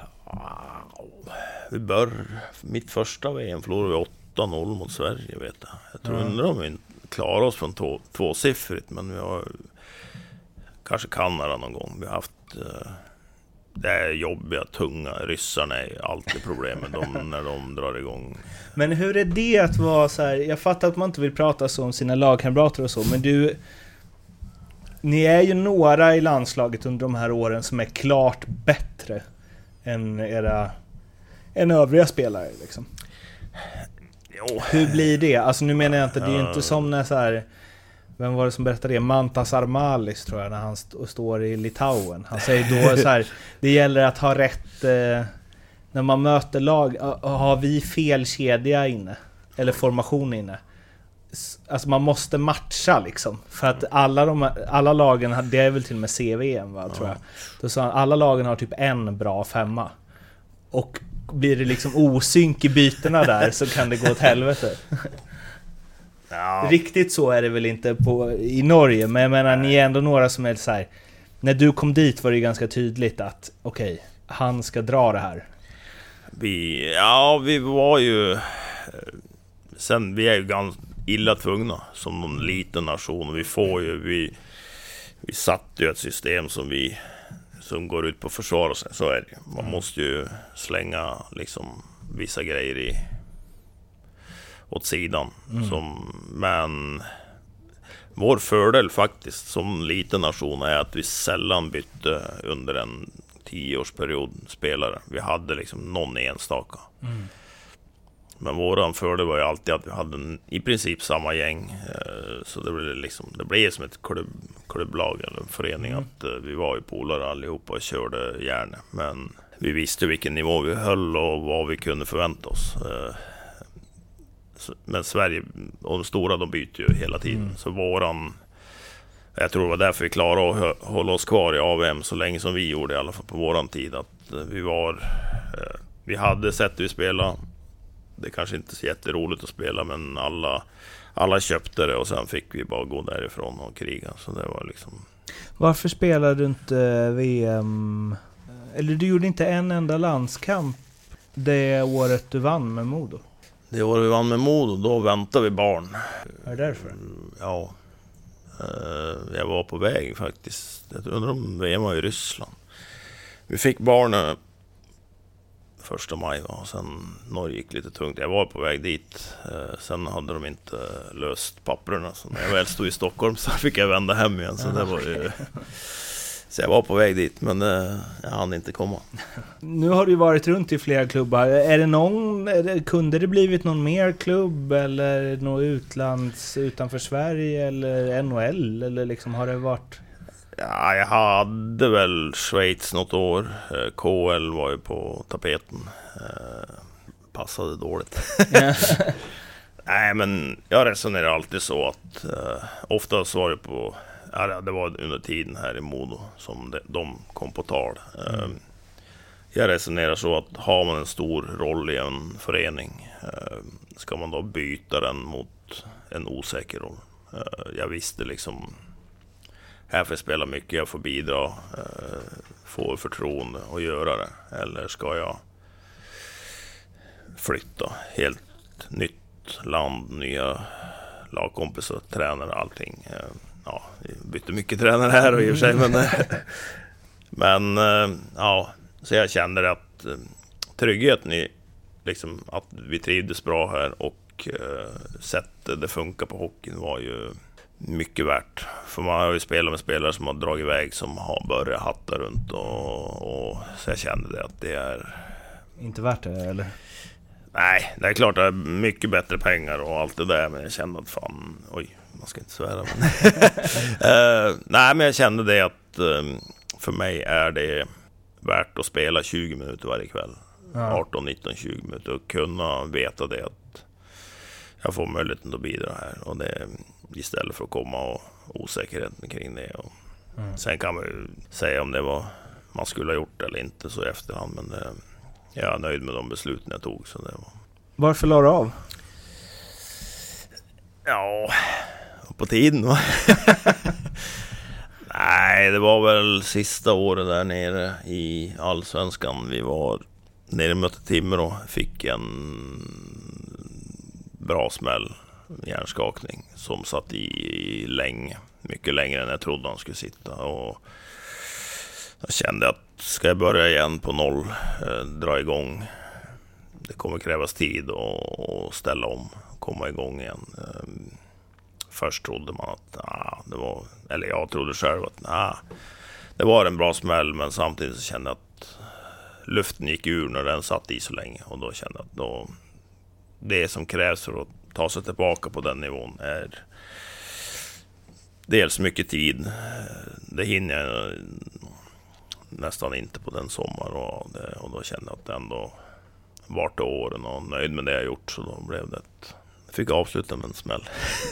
vi bör mitt första V M förlorade vi åtta noll mot Sverige, vet jag. Jag tror mm. undrar om vi klarar oss från två, tvåsiffrigt, men vi har kanske Kanada någon gång. Vi har haft eh, det är jobbiga, tunga ryssarna är alltid problem med dem när de drar igång. Men hur är det att vara så här? Jag fattar att man inte vill prata så om sina lagkamrater och så, men du ni är ju några i landslaget under de här åren som är klart bättre än era än övriga spelare liksom. Jo. Hur blir det? Alltså nu menar jag inte, det är ju inte som när så här, vem var det som berättade det? Mantas Armalis tror jag, när han st- står i Litauen. Han säger då så här, det gäller att ha rätt eh, när man möter lag, har vi fel kedja inne eller formation inne. Alltså man måste matcha liksom, för att alla de alla lagen, det är väl till och med C V M va, tror jag. Då sa han, alla lagen har typ en bra femma. Och blir det liksom osynk i bytena där så kan det gå åt helvete. Ja. Riktigt så är det väl inte på, i Norge, men jag menar, ni är ändå några som är så här, när du kom dit var det ganska tydligt att okej, okay, han ska dra det här. Vi, ja, vi var ju sen, vi är ju ganska illa tvungna som någon liten nation, och vi får ju, vi, vi satte ju ett system som vi som går ut på att försvara sig, så är det. Man mm. måste ju slänga liksom vissa grejer i åt sidan. Mm. Som, men vår fördel faktiskt som liten nation är att vi sällan bytte under en tioårsperiod spelare. Vi hade liksom någon enstaka. Mm. Men våran fördel var ju alltid att vi hade en, i princip samma gäng. Så det blev liksom, det blev som ett klubb, klubblag eller en förening. Mm. Att vi var ju polare allihopa och körde gärna. Men vi visste vilken nivå vi höll och vad vi kunde förvänta oss. Men Sverige och de stora, de byter ju hela tiden. Mm. Så våran, jag tror det var därför vi klarade att hålla oss kvar i A V M så länge som vi gjorde, i alla fall på våran tid. Att vi var, vi hade sett vi spela. Det kanske inte är så jätteroligt att spela, men alla, alla köpte det och sen fick vi bara gå därifrån och kriga. Så det var liksom... Varför spelade du inte V M? Eller du gjorde inte en enda landskamp det året du vann med Modo? Det året vi vann med Modo, då väntade vi barn. Är det därför? Ja. Jag var på väg faktiskt. Jag undrar om V M var i Ryssland. Vi fick barnen första maj va? Och sen Norge gick lite tungt. Jag var på väg dit. Sen hade de inte löst papperna. Så när jag väl stod i Stockholm så fick jag vända hem igen. Så, det var ju... så jag var på väg dit, men jag hann inte komma. Nu har du varit runt i flera klubbar. Är det någon, är det, kunde det blivit någon mer klubb eller något utlands utanför Sverige eller N H L? Eller liksom har det varit... Ja, jag hade väl Schweiz något år. K L var ju på tapeten. Passade dåligt. Nej, men jag resonerar alltid så att uh, ofta var det på, ja, det var under tiden här i Modo som de, de kom på tal. Uh, mm. Jag resonerar så att har man en stor roll i en förening, uh, ska man då byta den mot en osäker roll. Uh, jag visste liksom, här får jag spela mycket, jag får bidra, uh, få förtroende och göra det. Eller ska jag flytta helt nytt land, nya lagkompisar, tränare, allting. Ja, vi bytte mycket tränare här och i och för sig, men, men ja, så jag kände att tryggheten i liksom att vi trivdes bra här och sättet det funkar på hockeyn var ju mycket värt. För man har ju spelat med spelare som har dragit iväg, som har börjat hatta runt och, och så jag kände det att det är inte värt det, eller? Nej, det är klart det är mycket bättre pengar och allt det där, men jag kände att fan, oj, man ska inte svära, men uh, nej, men jag kände det att um, för mig är det värt att spela tjugo minuter varje kväll, ja. arton, nitton, tjugo minuter, och kunna veta det att jag får möjligheten att bidra här, och det istället för att komma och osäkerheten kring det. Och mm. Sen kan man ju säga om det var man skulle ha gjort eller inte så i efterhand, men det, jag är nöjd med de besluten jag tog. Så det var... Varför la du av? Ja, på tiden va? Nej, det var väl sista året där nere i Allsvenskan. Vi var nere i mötte Timrå och fick en bra smäll, hjärnskakning, som satt i länge, mycket längre än jag trodde han skulle sitta. Och jag kände att ska jag börja igen på noll, eh, dra igång, det kommer krävas tid och ställa om, komma igång igen. Eh, först trodde man att ah, det var, eller jag trodde själv att ah, det var en bra smäll, men samtidigt så kände jag att luften gick ur när den satt i så länge, och då kände jag att då, det som krävs för att ta sig tillbaka på den nivån är dels mycket tid. Det hinner jag nästan inte på den sommar, och, det, och då kände jag att det ändå vart åren och nöjd med det jag gjort, så då blev det ett, fick avsluta med en smäll.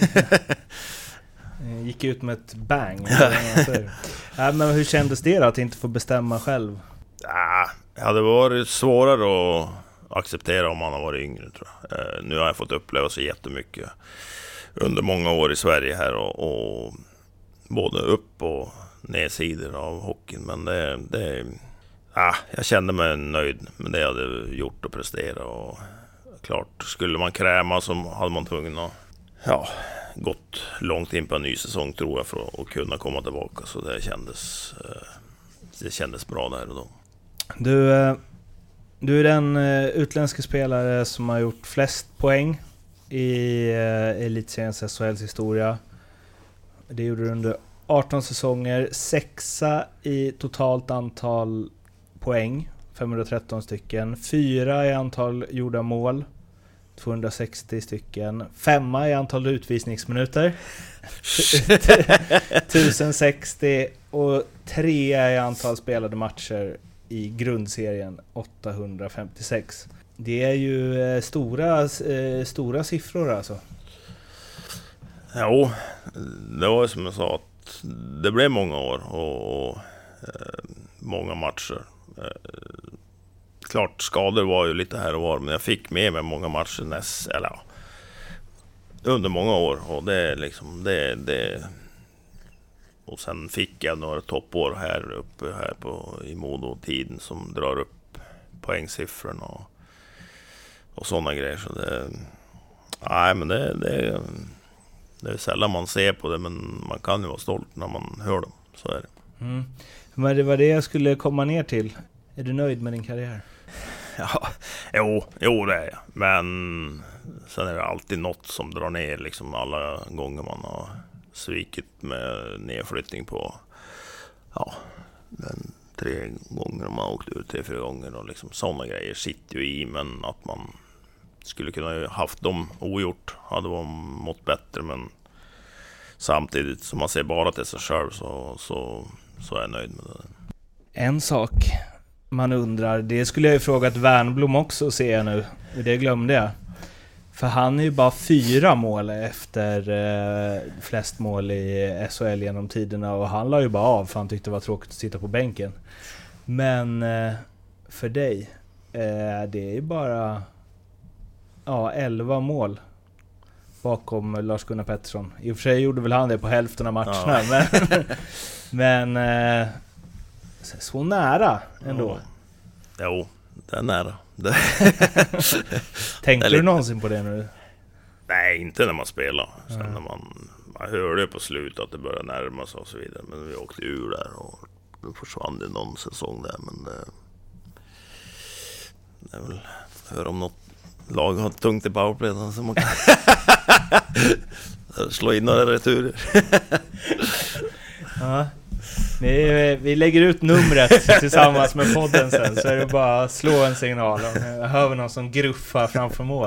Gick ut med ett bang. Ja, men hur kändes det då, att inte få bestämma själv? Ja, det hade varit svårare att acceptera om man har varit yngre, tror jag. Eh, nu har jag fått uppleva så jättemycket under många år i Sverige här, och, och både upp och nedsidor av hockeyn, men det, det ja, jag kände mig nöjd med det jag hade gjort och prestera, och klart, skulle man kräma så hade man tvungen att ja, gått långt in på en ny säsong, tror jag, för att kunna komma tillbaka, så det kändes det kändes bra där och då. Du, du är den utländska spelare som har gjort flest poäng i Elitseriens S H L:s historia. Det gjorde du under arton säsonger, sexa i totalt antal poäng, femhundratretton stycken, fyra i antal gjorda mål, tvåhundrasextio stycken, femma i antal utvisningsminuter, tusen sextio, och trea i antal spelade matcher i grundserien, åttahundrafemtiosex. Det är ju stora, stora siffror alltså. Jo, det var som jag sa, att det blev många år och, och eh, många matcher. Eh, klart, skador var ju lite här och var, men jag fick med mig många matcher näst, eller, ja, under många år, och det är liksom det, det. Och sen fick jag några toppår här uppe här på, i Modo-tiden som drar upp poängsiffrorna och, och sådana grejer. Så det, nej, men det, det, det är sällan man ser på det, men man kan ju vara stolt när man hör dem, så är det. Mm. Men det var det jag skulle komma ner till. Är du nöjd med din karriär? Ja, jo, jo det är jag. Men sen är det alltid något som drar ner, liksom alla gånger man har svikit med nedflyttning på, ja, men tre gånger man har åkt ut tre, fyra gånger, och liksom sådana grejer sitter ju i, men att man skulle kunna ha haft dem ogjort hade varit mått bättre, men samtidigt som man ser bara till sig själv så, så, så är jag nöjd med det. En sak man undrar, det skulle jag ju frågat Wernbloom också, ser jag nu. Det glömde jag. För han är ju bara fyra mål efter eh, flest mål i S H L genom tiderna. Och han la ju bara av för han tyckte det var tråkigt att sitta på bänken. Men eh, för dig, eh, det är ju bara ja, elva mål bakom Lars-Gunnar Pettersson. I och för sig gjorde väl han det på hälften av matcherna. Ja. Men, men eh, så nära ändå. Ja. Jo, det är nära. Det Tänkte det du lite... någonsin på det nu? Nej, inte när man spelar. Sen Mm. när man, man hörde på slutet att det började närma sig och så vidare. Men vi åkte ur där och då försvann det någon säsong där. Men det, det är väl, hör om något lag har tungt i powerplay så man kan slå in några returer. Ja. Vi, vi lägger ut numret tillsammans med podden sen, så är det bara att slå en signal om jag hör någon som gruffar framför mål.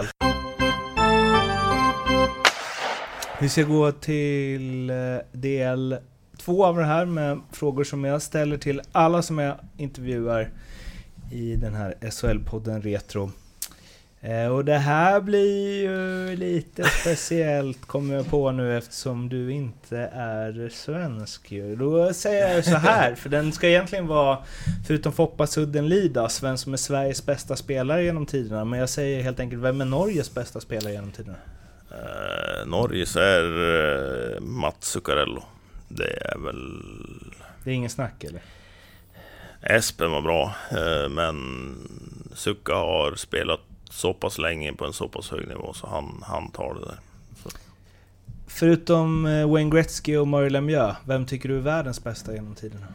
Vi ska gå till del två av det här med frågor som jag ställer till alla som jag intervjuar i den här S H L-podden Retro. Och det här blir ju lite speciellt, kommer jag på nu, eftersom du inte är svensk. Då säger jag så här, för den ska egentligen vara, förutom Foppa Sudden-Lidas, vem som är Sveriges bästa spelare genom tiderna. Men jag säger helt enkelt, vem är Norges bästa spelare genom tiderna? Eh, Norges är eh, Mats Zuccarello. Det är väl... Det är ingen snack, eller? Espen var bra, eh, men Zucca har spelat så pass länge på en så pass hög nivå så han, han tar det där. Så. Förutom Wayne Gretzky och Mario Lemieux, vem tycker du är världens bästa genom tiderna?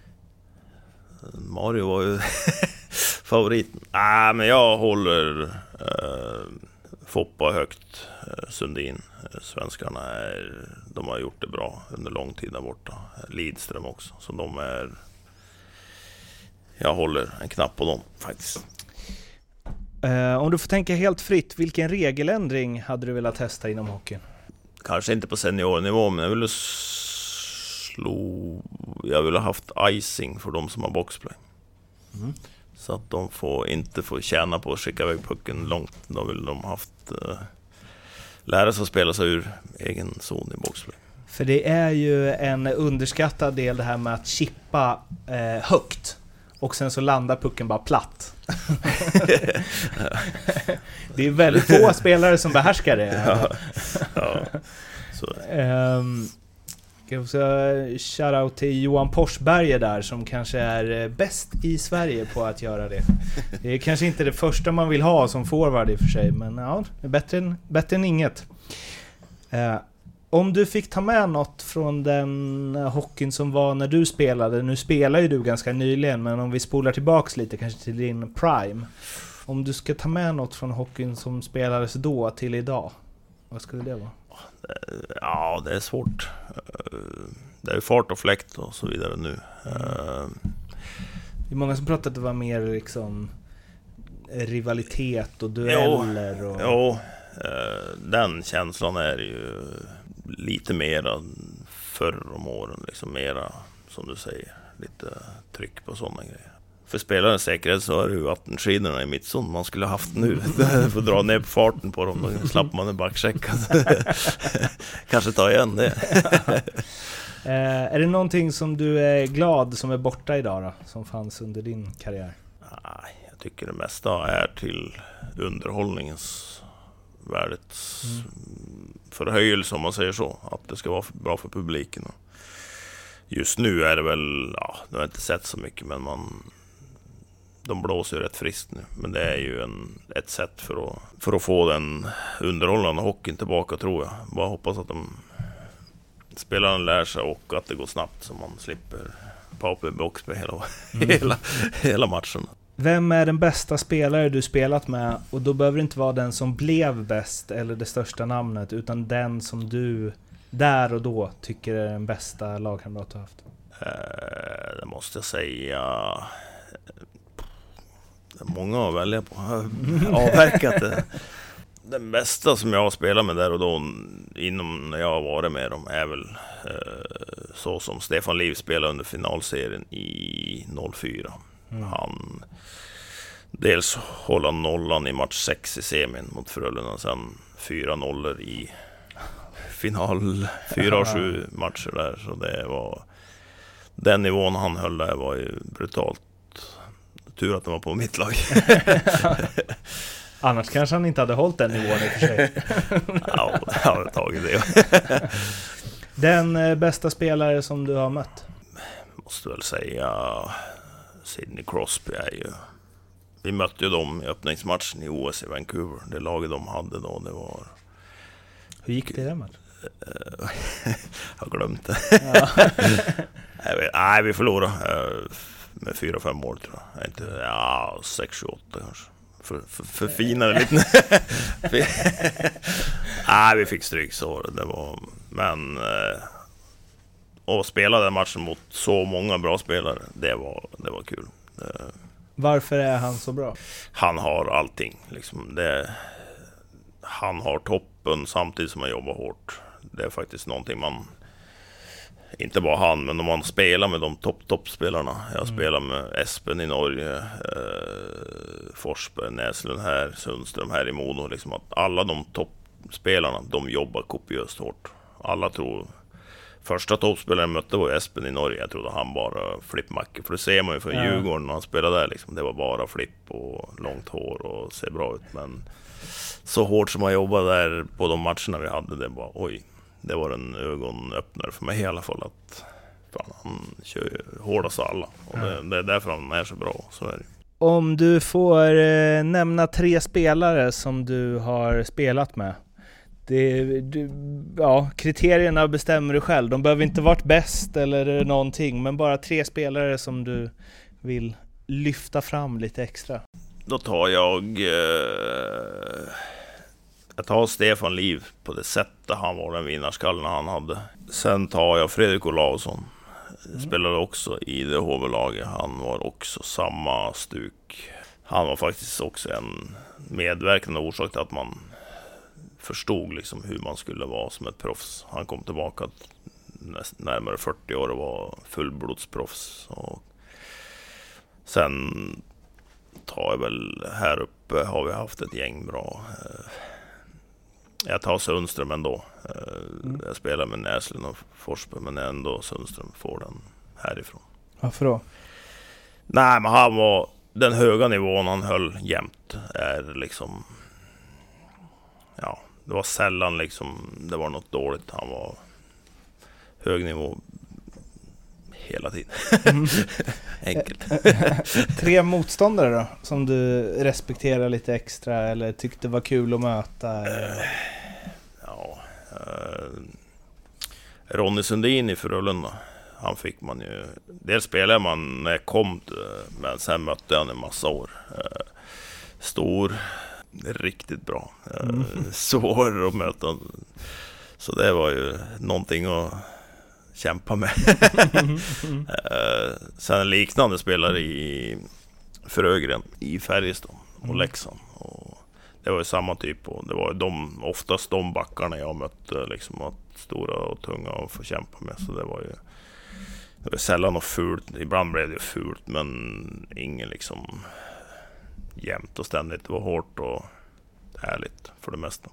Mario var ju favoriten. Nej, ah, men jag håller eh, Foppa högt. eh, Sundin, eh, svenskarna är, de har gjort det bra under lång tid där borta. Lidström också, så de är, jag håller en knapp på dem faktiskt. Uh, om du får tänka helt fritt, vilken regeländring hade du velat testa inom hockeyn? Kanske inte på seniornivå, men jag ville slå, jag ville ha haft icing för de som har boxplay. Mm. Så att de får inte får tjäna på att skicka iväg pucken långt. Då vill de haft uh, lära sig att spela sig ur egen zon i boxplay. För det är ju en underskattad del det här med att chippa eh, högt. Och sen så landar pucken bara platt. Det är väldigt få spelare som behärskar det. Ja, ja. Så. Um, shoutout till Johan Porsberger där, som kanske är bäst i Sverige på att göra det. Det är kanske inte det första man vill ha som forward i och för sig, men ja, det är bättre än, bättre än inget. Uh, Om du fick ta med något från den hockeyn som var när du spelade, nu spelar ju du ganska nyligen, men om vi spolar tillbaks lite kanske till din prime. Om du ska ta med något från hockeyn som spelades då till idag, vad skulle det vara? Ja, det är svårt. Det är fart och fläkt och så vidare nu. Mm. Det är många som pratar att det var mer liksom rivalitet och dueller. Jo, och... jo, den känslan är ju lite mera förr om åren, liksom mera, som du säger, lite tryck på sådana grejer. För spelarens säkerhet så är det ju vattenskidorna i mittzon man skulle ha haft nu för att dra ner på farten på dem, då slapp man en backchecka. Kanske ta igen det. eh, är det någonting som du är glad som är borta idag då, som fanns under din karriär? Nej, jag tycker det mesta är till underhållningens värdets mm. förhöjelse, om man säger så, att det ska vara bra för publiken. Just nu är det väl, ja, det har inte sett så mycket, men man, de blåser ju rätt friskt nu, men det är ju en, ett sätt för att, för att få den underhållande hockeyn tillbaka, tror jag. Bara hoppas att de spelarna lär sig och att det går snabbt så man slipper power box med hela, mm. hela, hela matchen. Vem är den bästa spelare du spelat med? Och då behöver det inte vara den som blev bäst eller det största namnet, utan den som du där och då tycker är den bästa lagkamrat du har haft. Eh, det måste jag säga. Det är många att välja på. Jag har avverkat det. Den bästa som jag har spelat med där och då inom när jag har varit med dem är väl eh, så som Stefan Liv spelade under finalserien i noll fyra. Mm. Han dels hålla nollan i match sex i semin mot Frölunda, sen fyra nollor i final, fyra och sju matcher där, så det var den nivån han höll där var ju brutalt. Tur att det var på mitt lag. Annars kanske han inte hade hållit den nivån i och för sig. Ja, jag hade tagit det. Den eh, bästa spelare som du har mött? Måste väl säga Sidney Crosby är ju... Vi mötte ju dem i öppningsmatchen i O S i Vancouver. Det laget de hade då, det var... Hur gick det i den matchen? Jag har glömt det. Ja. Nej, vi förlorade med fyra fem mål tror jag. Inte, ja, sex sju åtta kanske. För, för, för finare lite. Nej, vi fick stryk så det var. Men att spela den matchen mot så många bra spelare, det var, det var kul. Det, varför är han så bra? Han har allting. Liksom. Det, han har toppen samtidigt som han jobbar hårt. Det är faktiskt någonting man... Inte bara han, men om man spelar med de topp-topp-spelarna. Jag mm. spelar med Espen i Norge, eh, Forsberg, Näslund här, Sundström här i Modo. Liksom att alla de toppspelarna, de jobbar kopiöst hårt. Alla tror... Första toppspelaren mötte var Espen i Norge. Jag trodde han bara flippmacke. För det ser man ju från ja. Djurgården när han spelade där. Liksom. Det var bara flipp och långt hår och ser bra ut. Men så hårt som han jobbade där på de matcherna vi hade, det var oj. Det var en ögonöppnare för mig i alla fall. Att fan, han kör ju hårdast av alla. Och det, det är därför han är så bra. Så är det. Om du får eh, nämna tre spelare som du har spelat med. Det, du, ja, kriterierna bestämmer du själv. De behöver inte varit bäst eller någonting, men bara tre spelare som du vill lyfta fram lite extra. Då tar jag eh, jag tar Stefan Liv på det sättet han var, den vinnarskallen han hade. Sen tar jag Fredrik Olausson. Mm. Spelade också i det H V-laget. Han var också samma stuk. Han var faktiskt också en medverkande orsak till att man förstod liksom hur man skulle vara som ett proffs. Han kom tillbaka närmare fyrtio år och var fullblodsproffs. Och sen tar jag väl här uppe har vi haft ett gäng bra. Jag tar Sundström ändå. Mm. Jag spelar med Näslund och Forsberg, men ändå Sundström får den härifrån. Varför då? Nej, men han var den höga nivån han höll jämt är liksom, ja, det var sällan liksom det var något dåligt. Han var hög nivå hela tiden. Mm. Enkelt. Tre motståndare då som du respekterar lite extra eller tyckte var kul att möta? Uh, ja, uh, Ronny Sundin i Frölunda. Han fick man ju, dels spelade man när jag kom till, men sen mötte han en massa år. Uh, stor, riktigt bra. Uh, mm. Svår att möta. Så det var ju någonting att kämpa med. mm. uh, sen en liknande spelare i Frögren i Färjestad och mm. Leksand. Och det var ju samma typ. Och det var ju de, oftast de backarna jag mötte liksom, att stora och tunga att få kämpa med. Så det var ju det var sällan och fult. Ibland blev det fult, men ingen liksom jämnt och ständigt. Det var hårt och härligt för det mesta.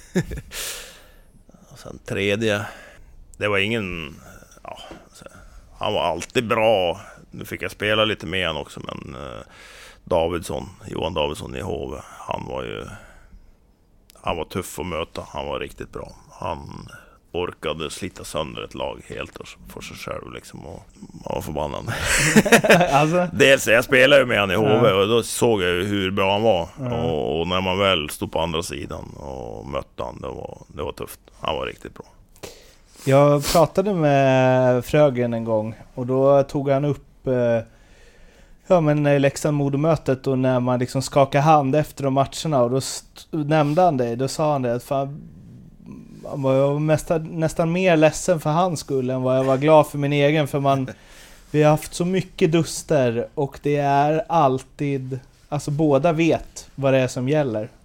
Och sen tredje, det var ingen, ja, han var alltid bra. Nu fick jag spela lite med han också, men eh, Davidsson, Johan Davidsson i H V, han var ju han var tuff att möta. Han var riktigt bra. Han orkade slita sönder ett lag helt för sig själv liksom, och man var förbannad. Alltså. Dels jag spelade ju med han i H V, ja. Och då såg jag ju hur bra han var, ja. och, och när man väl stod på andra sidan och mötte han, det var, det var tufft. Han var riktigt bra. Jag pratade med Frögren en gång och då tog han upp eh, ja, men Leksand-Modomötet och när man liksom skakade hand efter de matcherna, och då st- nämnde han det, då sa han det att fan, jag var nästan, nästan mer ledsen för hans skull än vad jag var glad för min egen, för man vi har haft så mycket duster och det är alltid, alltså båda vet vad det är som gäller.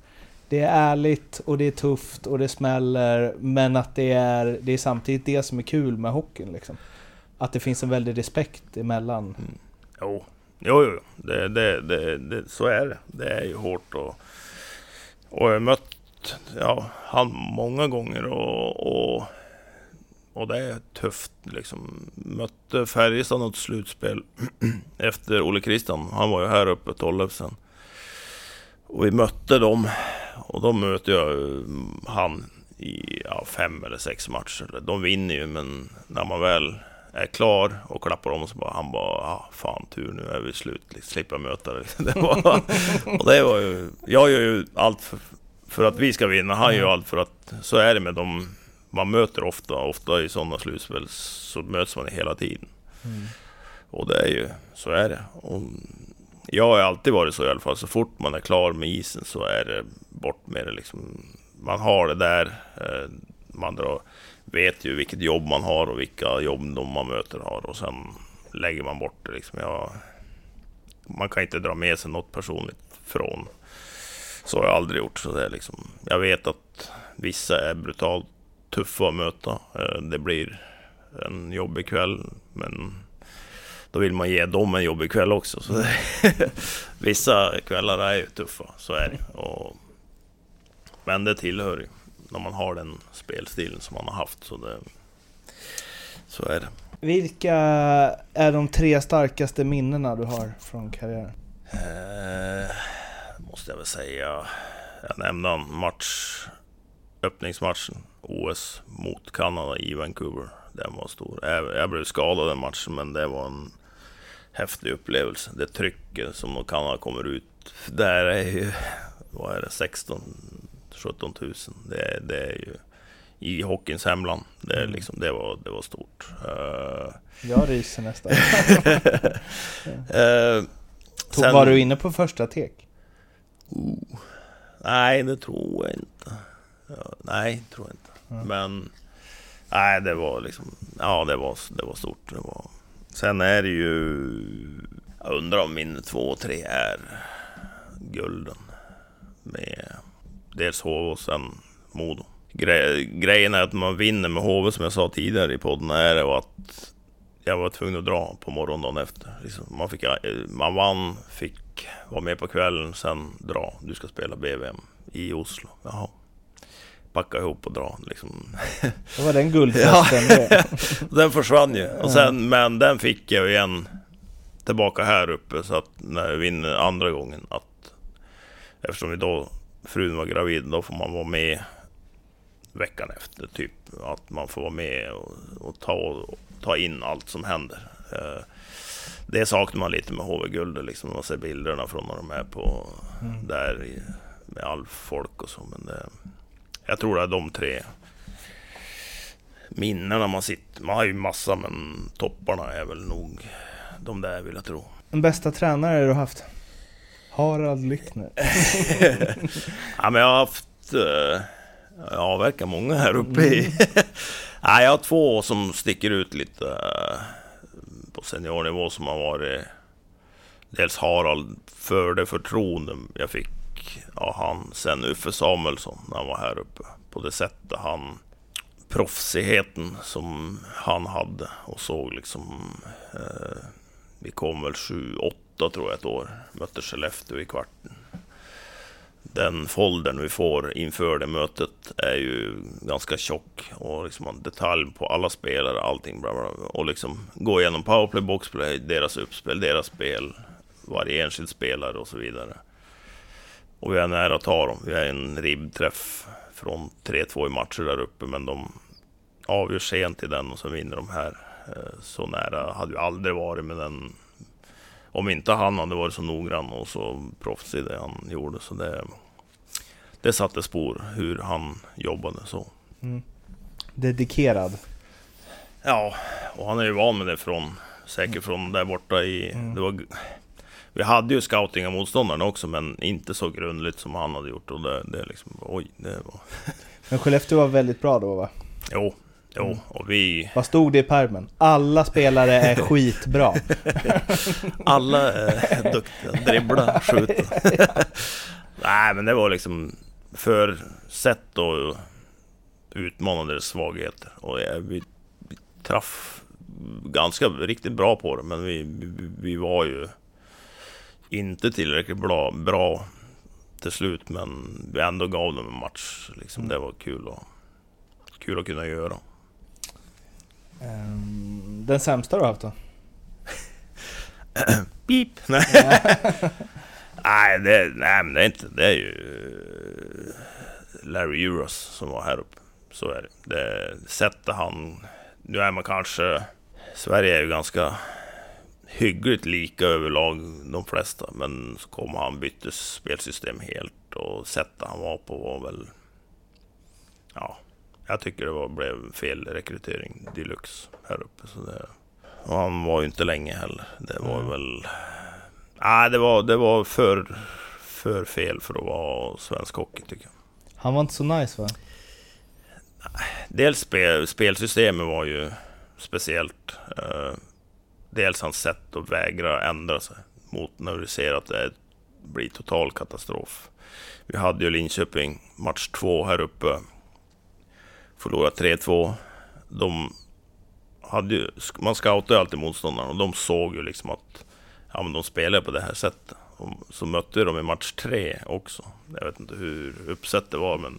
det är ärligt och det är tufft och det smäller, men att det är, det är samtidigt det som är kul med hockeyn liksom. Att det finns en väldig respekt emellan. Mm. Jo, jo, jo. Det, det, det, det, så är det. Det är ju hårt och, och jag har mött ja, han många gånger och, och, och det är tufft liksom. Mötte Färjestad något slutspel efter Olle Christian. Han var ju här uppe tolv sen. Och vi mötte dem och då mötte jag han i ja, fem eller sex matcher. De vinner ju, men när man väl är klar och klappar om så bara, han bara, ah, fan tur, nu är vi slut, liksom, slippa möta det. det var, och det var ju, jag gör ju allt för, för att vi ska vinna, han gör allt för att, så är det med dem man möter ofta, ofta i sådana slutspel så möts man hela tiden. Mm. Och det är ju, så är det. Och jag har alltid varit så i alla fall, så fort man är klar med isen så är det bort med det liksom. Man har det där, man drar, vet ju vilket jobb man har och vilka jobb de man möter har, och sen lägger man bort det liksom. Jag, man kan inte dra med sig något personligt från, så har jag aldrig gjort. Så det är liksom, jag vet att vissa är brutalt tuffa att möta, det blir en jobbig kväll, men då vill man ge dem en jobbig kväll också. Så det, vissa kvällar är ju tuffa, så är det. Och, men det tillhör ju när man har den spelstilen som man har haft, så det, så är det. Vilka är de tre starkaste minnena du har från karriären? Eh, måste jag väl säga. Jag nämnde en match, öppningsmatchen, O S mot Kanada i Vancouver. Den var stor. Jag, jag blev skadad den matchen, men det var en häftig upplevelse. Det trycket som då Kanada kommer ut, där är ju, vad är det, sexton sjutton tusen. Det, det är ju i hockeyns hemland. Det, är liksom, det, var, det var stort. Uh, jag ryser nästan. uh, Tog, sen, var du inne på första tek? Uh, nej, det tror jag inte. Ja, nej, tror jag inte. Mm. Men nej, det var liksom, ja, det var, det var stort. Det var. Sen är det ju, jag undrar om min två och tre är gulden med dels H V och sen Modo. Gre- grejen är att man vinner med H V, som jag sa tidigare i podden, är det att jag var tvungen att dra på morgondagen efter. Liksom, man, fick, man vann, fick vara med på kvällen, sen dra. Du ska spela B V M i Oslo. Jaha. Packa ihop och dra. Liksom. Det var den guldfesten. Ja. Den försvann ju. Och sen, men den fick jag igen tillbaka här uppe, så att när jag vinner andra gången, att eftersom vi då frun var gravid, då får man vara med veckan efter, typ att man får vara med och, och, ta, och ta in allt som händer. Eh, det saknar man lite med H V-guldet, liksom, man ser bilderna från när de är på mm. där i, med all folk och så, men det, jag tror det är de tre minnena man sitter, man har ju massa, men topparna är väl nog de där, vill jag tro. Den bästa tränare du har haft? Harald Lyckner. Ja, men jag har haft uh, jag verkar många här uppe i. Mm. Ja, jag har två som sticker ut lite uh, på seniornivå, som har varit dels Harald, för det förtroende jag fick av han, sen Uffe Samuelsson när han var här uppe, på det sättet han, proffsigheten som han hade, och såg liksom uh, vi kom väl sju åtta tror jag ett år, mötte Skellefteå i kvarten. Den foldern vi får inför det mötet är ju ganska tjock, och liksom en detalj på alla spelare, allting bla bla, och liksom gå igenom powerplay, boxplay, deras uppspel, deras spel, varje enskild spelare och så vidare. Och vi är nära att ta dem. Vi är en ribbträff från tre två i matcher där uppe, men de avgör sent i den och så vinner de här. Så nära hade vi aldrig varit med den, om inte han hade varit så noggrann och så proffsig det han gjorde. Så det, det satte spår hur han jobbade så. Mm. Dedikerad. Ja, och han är ju van med det från, säkert från där borta i, mm. det var, vi hade ju scouting av motståndarna också, men inte så grundligt som han hade gjort, och det, det liksom, oj, det var... Men Skellefteå var väldigt bra då, va? Jo, jo, och vi... Vad stod det i pärmen? Alla spelare är skitbra. Alla är duktiga, dribbla, skjuta. Nej, men det var liksom... för sätt och utmanade deras svagheter. Och vi, vi traff ganska riktigt bra på det, men vi, vi, vi var ju inte tillräckligt bra, bra till slut, men vi ändå gav dem en match. Liksom. Det var kul, och, kul att kunna göra. Um, den sämsta du har haft då? Beep. Nej. nej, det, nej, men det är inte. Det är ju Larry Euros som var här uppe. Så är det. Det sätter han. Nu är man kanske. Sverige är ju ganska hyggligt lika överlag de flesta, men så kom han bytte spelsystem helt, och sättet han var på var väl, ja, jag tycker det var, blev fel rekrytering deluxe här uppe. Så det, och han var ju inte länge heller. Det var mm. väl, nej, det var det var för för fel för att vara svensk hockey, tycker jag. Han var inte så nice, va? Dels spel, spelsystemet var ju speciellt. Uh, dels hans sätt att vägra ändra sig mot när du ser att det blir total katastrof. Vi hade ju Linköping match två här uppe. Förlorade tre två. De hade ju, man scoutade alltid motståndarna, och de såg ju liksom att ja, men de spelar på det här sättet. Och så mötte de i match tre också. Jag vet inte hur uppsett det var, men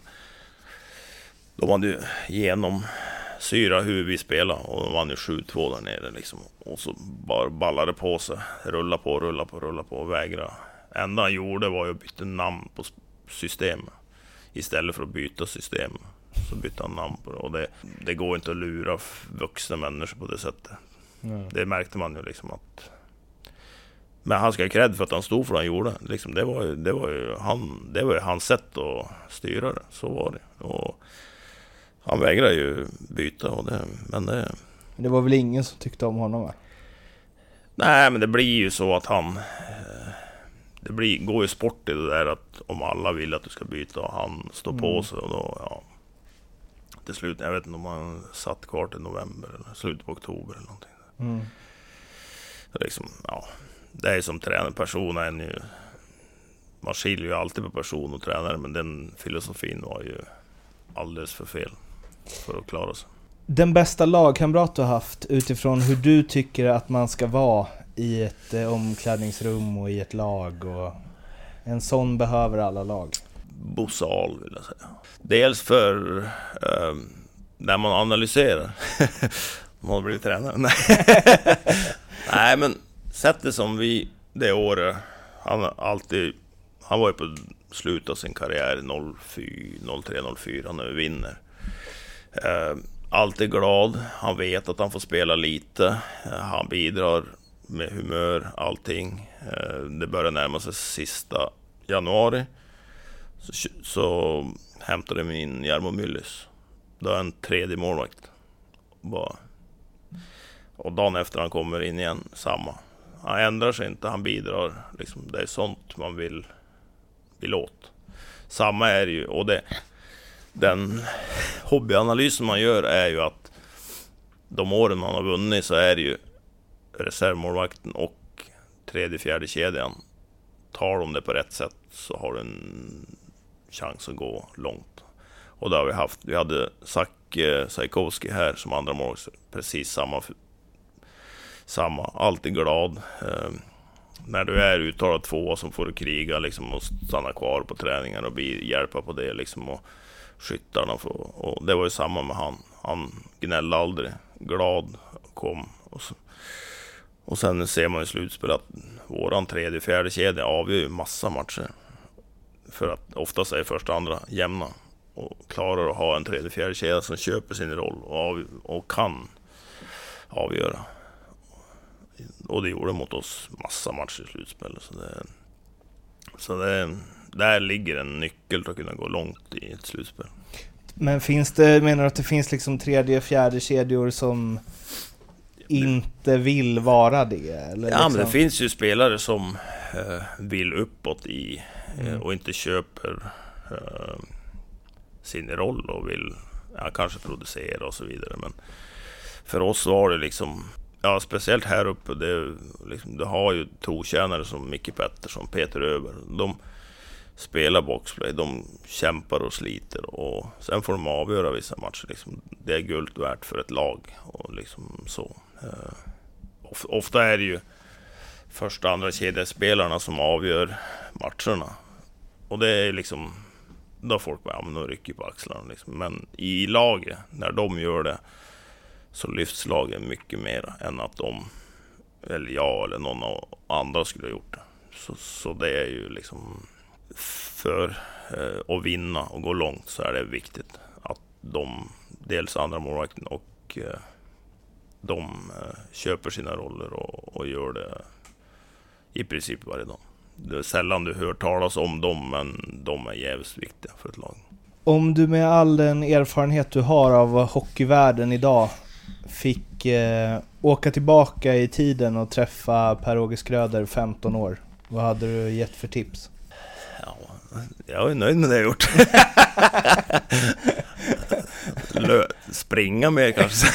de hade ju genomsyra hur vi spelade, och de vann ju sju två där nere liksom. Och så bara ballade på sig, rulla på, rulla på, rulla på och vägra. Enda han gjorde var ju att byta namn på systemet. Istället för att byta system så bytte han namn på det. Och det, det går inte att lura vuxna människor på det sättet. Mm. Det märkte man ju liksom att. Men han ska ha cred för att han stod för vad han gjorde. Liksom, det, var ju, det, var ju han, det var ju hans sätt att styra det. Så var det. Och han vägrade ju byta. Och det, men det, det var väl ingen som tyckte om honom, va? Nej, men det blir ju så att han. Det blir, går ju sport i det där att om alla vill att du ska byta och han står mm. på sig, och då, ja. Till slut, jag vet inte om han satt kvar till november eller slutet på oktober eller någonting. Mm. Liksom, ja. Det är som tränarperson är ju, man skiljer ju alltid på person och tränare, men den filosofin var ju alldeles för fel för att klara sig. Den bästa lagkamrat du har haft utifrån hur du tycker att man ska vara i ett eh, omklädningsrum och i ett lag, och en sån behöver alla lag. Bossal vill jag säga. Dels för eh, när man analyserar man har blivit tränare. Nej. Nej, men sättet som vi det året, han alltid, han var ju på slutet av sin karriär noll tre noll fyra när vi vinner. Eh, alltid glad, han vet att han får spela lite, eh, han bidrar med humör, allting. Eh, det börjar närma sig sista januari, så, så hämtade de in Jarmo Myllys. Då är en tredje målvakt bara. Och dagen efter han kommer in igen, samma. Han ändrar sig inte, han bidrar liksom, det är sånt man vill vill åt. Samma är ju, och det den hobbyanalysen man gör är ju att de åren man har vunnit så är det ju reservmålvakten och tredje, fjärde kedjan. Tar de det på rätt sätt så har du en chans att gå långt. Och då har vi haft, vi hade Zach Sajkowski här som andra mål, precis samma samma, alltid glad. Eh, när du är uttalad två som får du kriga liksom, och stanna kvar på träningar och bli, hjälpa på det liksom, och skyttarna får, och det var ju samma med han. Han gnällde aldrig, glad kom, och, så, och sen ser man i slutspel att våran tredje, fjärde kedja avgör ju massa matcher, för att oftast är första andra jämna och klarar att ha en tredje, fjärde kedja som köper sin roll och, av, och kan avgöra. Och det gjorde mot oss massa matcher i slutspel. Så, det, så det, där ligger en nyckel för att kunna gå långt i ett slutspel. Men finns det, menar du att det finns liksom tredje, fjärde kedjor som inte vill vara det? Eller ja, liksom? Men det finns ju spelare som eh, vill uppåt i eh, mm. och inte köper eh, sin roll och vill ja, kanske producera och så vidare. Men för oss var det liksom, ja, speciellt här uppe, det, liksom, det har ju trotjänare som Micke Pettersson, Peter Öber. De spelar boxplay. De kämpar och sliter och sen får de avgöra vissa matcher. Liksom. Det är guld värt för ett lag och liksom så. Ofta är det ju första andra kedjespelarna som avgör matcherna. Och det är liksom, då folk bara, ja, men de rycker på axlarna liksom. Men i laget, när de gör det, så lyfts laget mycket mer än att de, eller jag eller någon av andra skulle ha gjort det. Så, så det är ju liksom, för eh, att vinna och gå långt så är det viktigt att de, dels andra målvakten och eh, de eh, köper sina roller och, och gör det i princip varje dag. Det är sällan du hör talas om dem, men de är jävligt viktiga för ett lag. Om du med all den erfarenhet du har av hockeyvärlden idag fick eh, åka tillbaka i tiden och träffa Per-Åge Skröder femton år, vad hade du gett för tips? Ja, jag är nöjd med det jag gjort. Lö- springa mer kanske.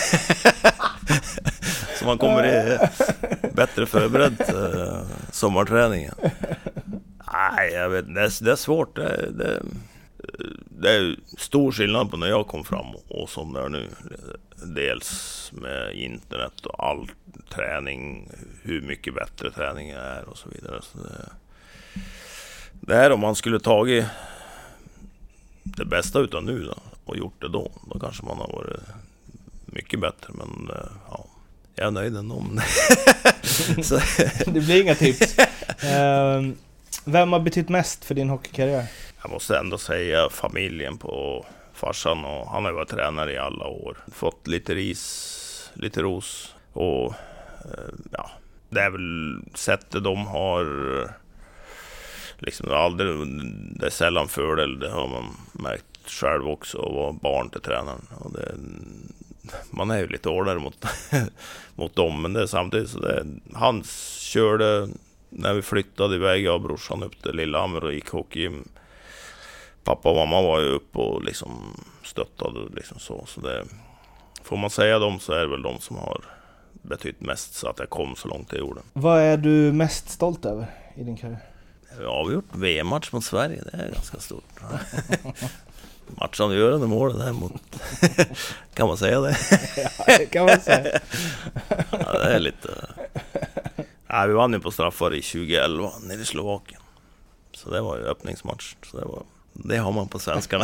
Så man kommer i bättre förberedd uh, sommarträningen. Nej, jag vet, det, är, det är svårt. Det, det, det är stor skillnad på när jag kom fram och som det är nu. Dels med internet och all träning, hur mycket bättre träning är och så vidare. Så det, det här om man skulle tagit det bästa utan nu då, och gjort det då, då kanske man har varit mycket bättre, men ja, jag är nöjd ändå. Så. Det blir inga tips. Vem har betytt mest för din hockeykarriär? Jag måste ändå säga familjen på farsan, och han har varit tränare i alla år. Fått lite ris, lite ros, och ja, det är väl sättet de har liksom aldrig, det är sällan fördel, det har man märkt själv också, att vara barn till tränaren. Och det, man är ju lite hårdare mot, mot dem, men det är samtidigt så det, han körde när vi flyttade iväg av brorsan upp till Lillehammer och gick hockeygym. Pappa och mamma var ju uppe och liksom stöttade liksom så, så det, får man säga dem så är det väl de som har betytt mest så att jag kom så långt jag gjorde. Vad är du mest stolt över i din karriär? Ja, vi har gjort V M-match mot Sverige, det är ganska stort. Matchavgörande målet där mot... Kan man säga det? Ja, det kan man säga. Ja, det är lite... Ja, vi vann ju på straffar i tjugoelva nere i Slovakien. Så det var ju öppningsmatch. Så det, var... det har man på svenskarna.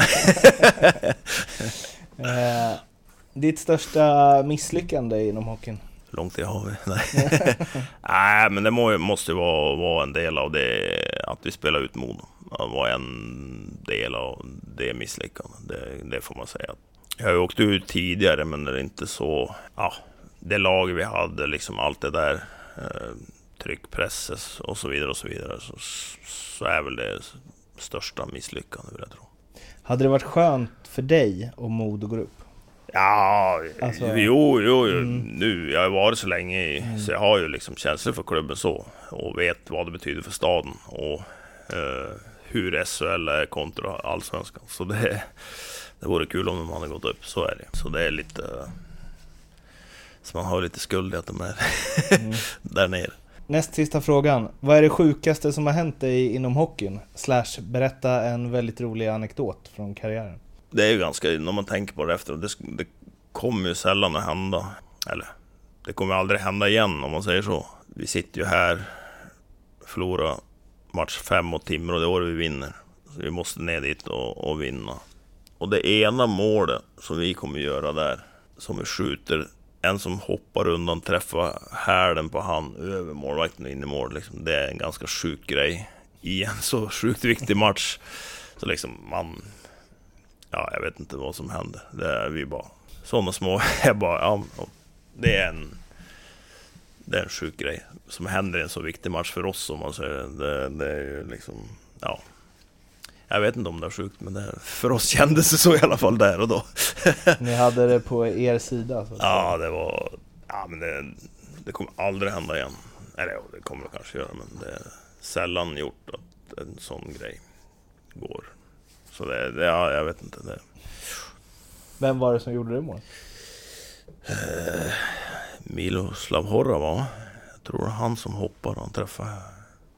eh, ditt största misslyckande inom hockeyn? Långt det har vi. Nej, Nej men det må, måste ju vara, vara en del av det, att vi spelar ut Modo. Det var en del av det misslyckandet, det, det får man säga. Jag har ju åkt ut tidigare, men det är inte så... Ja, det lag vi hade, liksom allt det där, eh, tryckpresses och så vidare och så vidare, så, så är väl det största misslyckandet, vill jag tro. Hade det varit skönt för dig om Modo går upp? Ja, alltså, jo, jo, jo mm. nu, jag har varit så länge i, mm. så jag har ju liksom känslor för klubben så, och vet vad det betyder för staden och eh, hur S H L är kontra allsvenskan, så det, det vore kul om man hade gått upp, så är det. Så det är lite, så man har lite skuld i att de är mm. där nere. Näst sista frågan, vad är det sjukaste som har hänt dig inom hockeyn? Slash, berätta en väldigt rolig anekdot från karriären. Det är ju ganska, när man tänker på det efter, det, det kommer ju sällan att hända, eller det kommer aldrig hända igen om man säger så. Vi sitter ju här, förlorar match fem mot Timrå, och det år vi vinner, så vi måste ner dit och, och vinna. Och det ena målet som vi kommer göra där, som vi skjuter, en som hoppar undan, träffar hälen på han över målvakten och in i mål, liksom, det är en ganska sjuk grej i en så sjukt viktig match. Så liksom man... Ja, jag vet inte vad som hände. Det är vi bara sådana små. Jag bara, ja, det är en det är en sjuk grej som händer i en så viktig match för oss, om man säger. Det, det är ju liksom, ja. Jag vet inte om det är sjukt, men det, för oss kändes det så i alla fall där och då. Ni hade det på er sida? Så ja, det var... Ja, men det, det kommer aldrig hända igen. Eller ja, det kommer det kanske göra, men det är sällan gjort att en sån grej går. Så det, det ja, jag vet inte det. Vem var det som gjorde det mål? Eh, Miloslav Horra, va? Jag tror han som hoppar, han träffade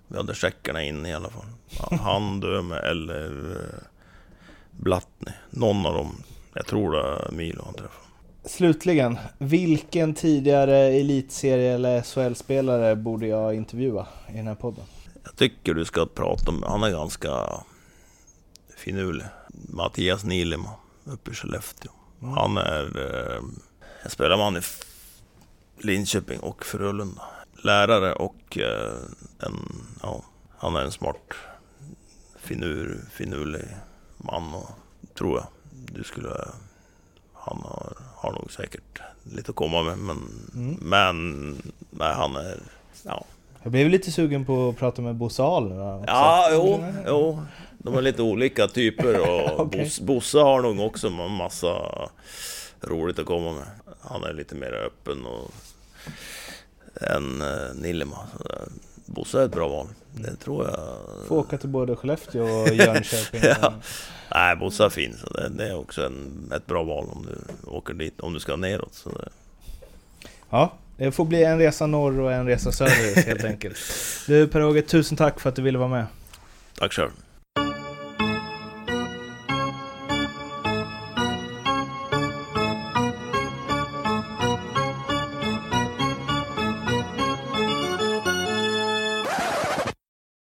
Vi hade checkarna inne i alla fall. Ja, han, Döme eller uh, Blattny. Någon av dem. Jag tror det är Milo han träffade. Slutligen, vilken tidigare elitserie eller S H L-spelare borde jag intervjua i den här podden? Jag tycker du ska prata om, han är ganska finurlig. Mattias Nilema uppe i Skellefteå. Mm. Han är, eh, jag spelar med han i Linköping och Frölunda. Lärare och eh, en, ja, han är en smart, finur, finurlig man och tror jag. Du skulle, han har, har nog säkert lite att komma med, men, mm. men nej, han är, ja. Jag blev lite sugen på att prata med Bosse Ahl. Ja, jo, jo. De är lite olika typer och okay. Bosse har nog också en massa roligt att komma med. Han är lite mer öppen och än uh, Nilema. Bosse är ett bra val. Det tror jag. Får åka till både Skellefteå och Jönköping. Ja. Nej, Bosse är fin. Så det, det är också en, ett bra val om du åker dit, om du ska neråt. Så det... Ja, det får bli en resa norr och en resa söderut helt enkelt. Du Per-Åge, tusen tack för att du ville vara med. Tack själv.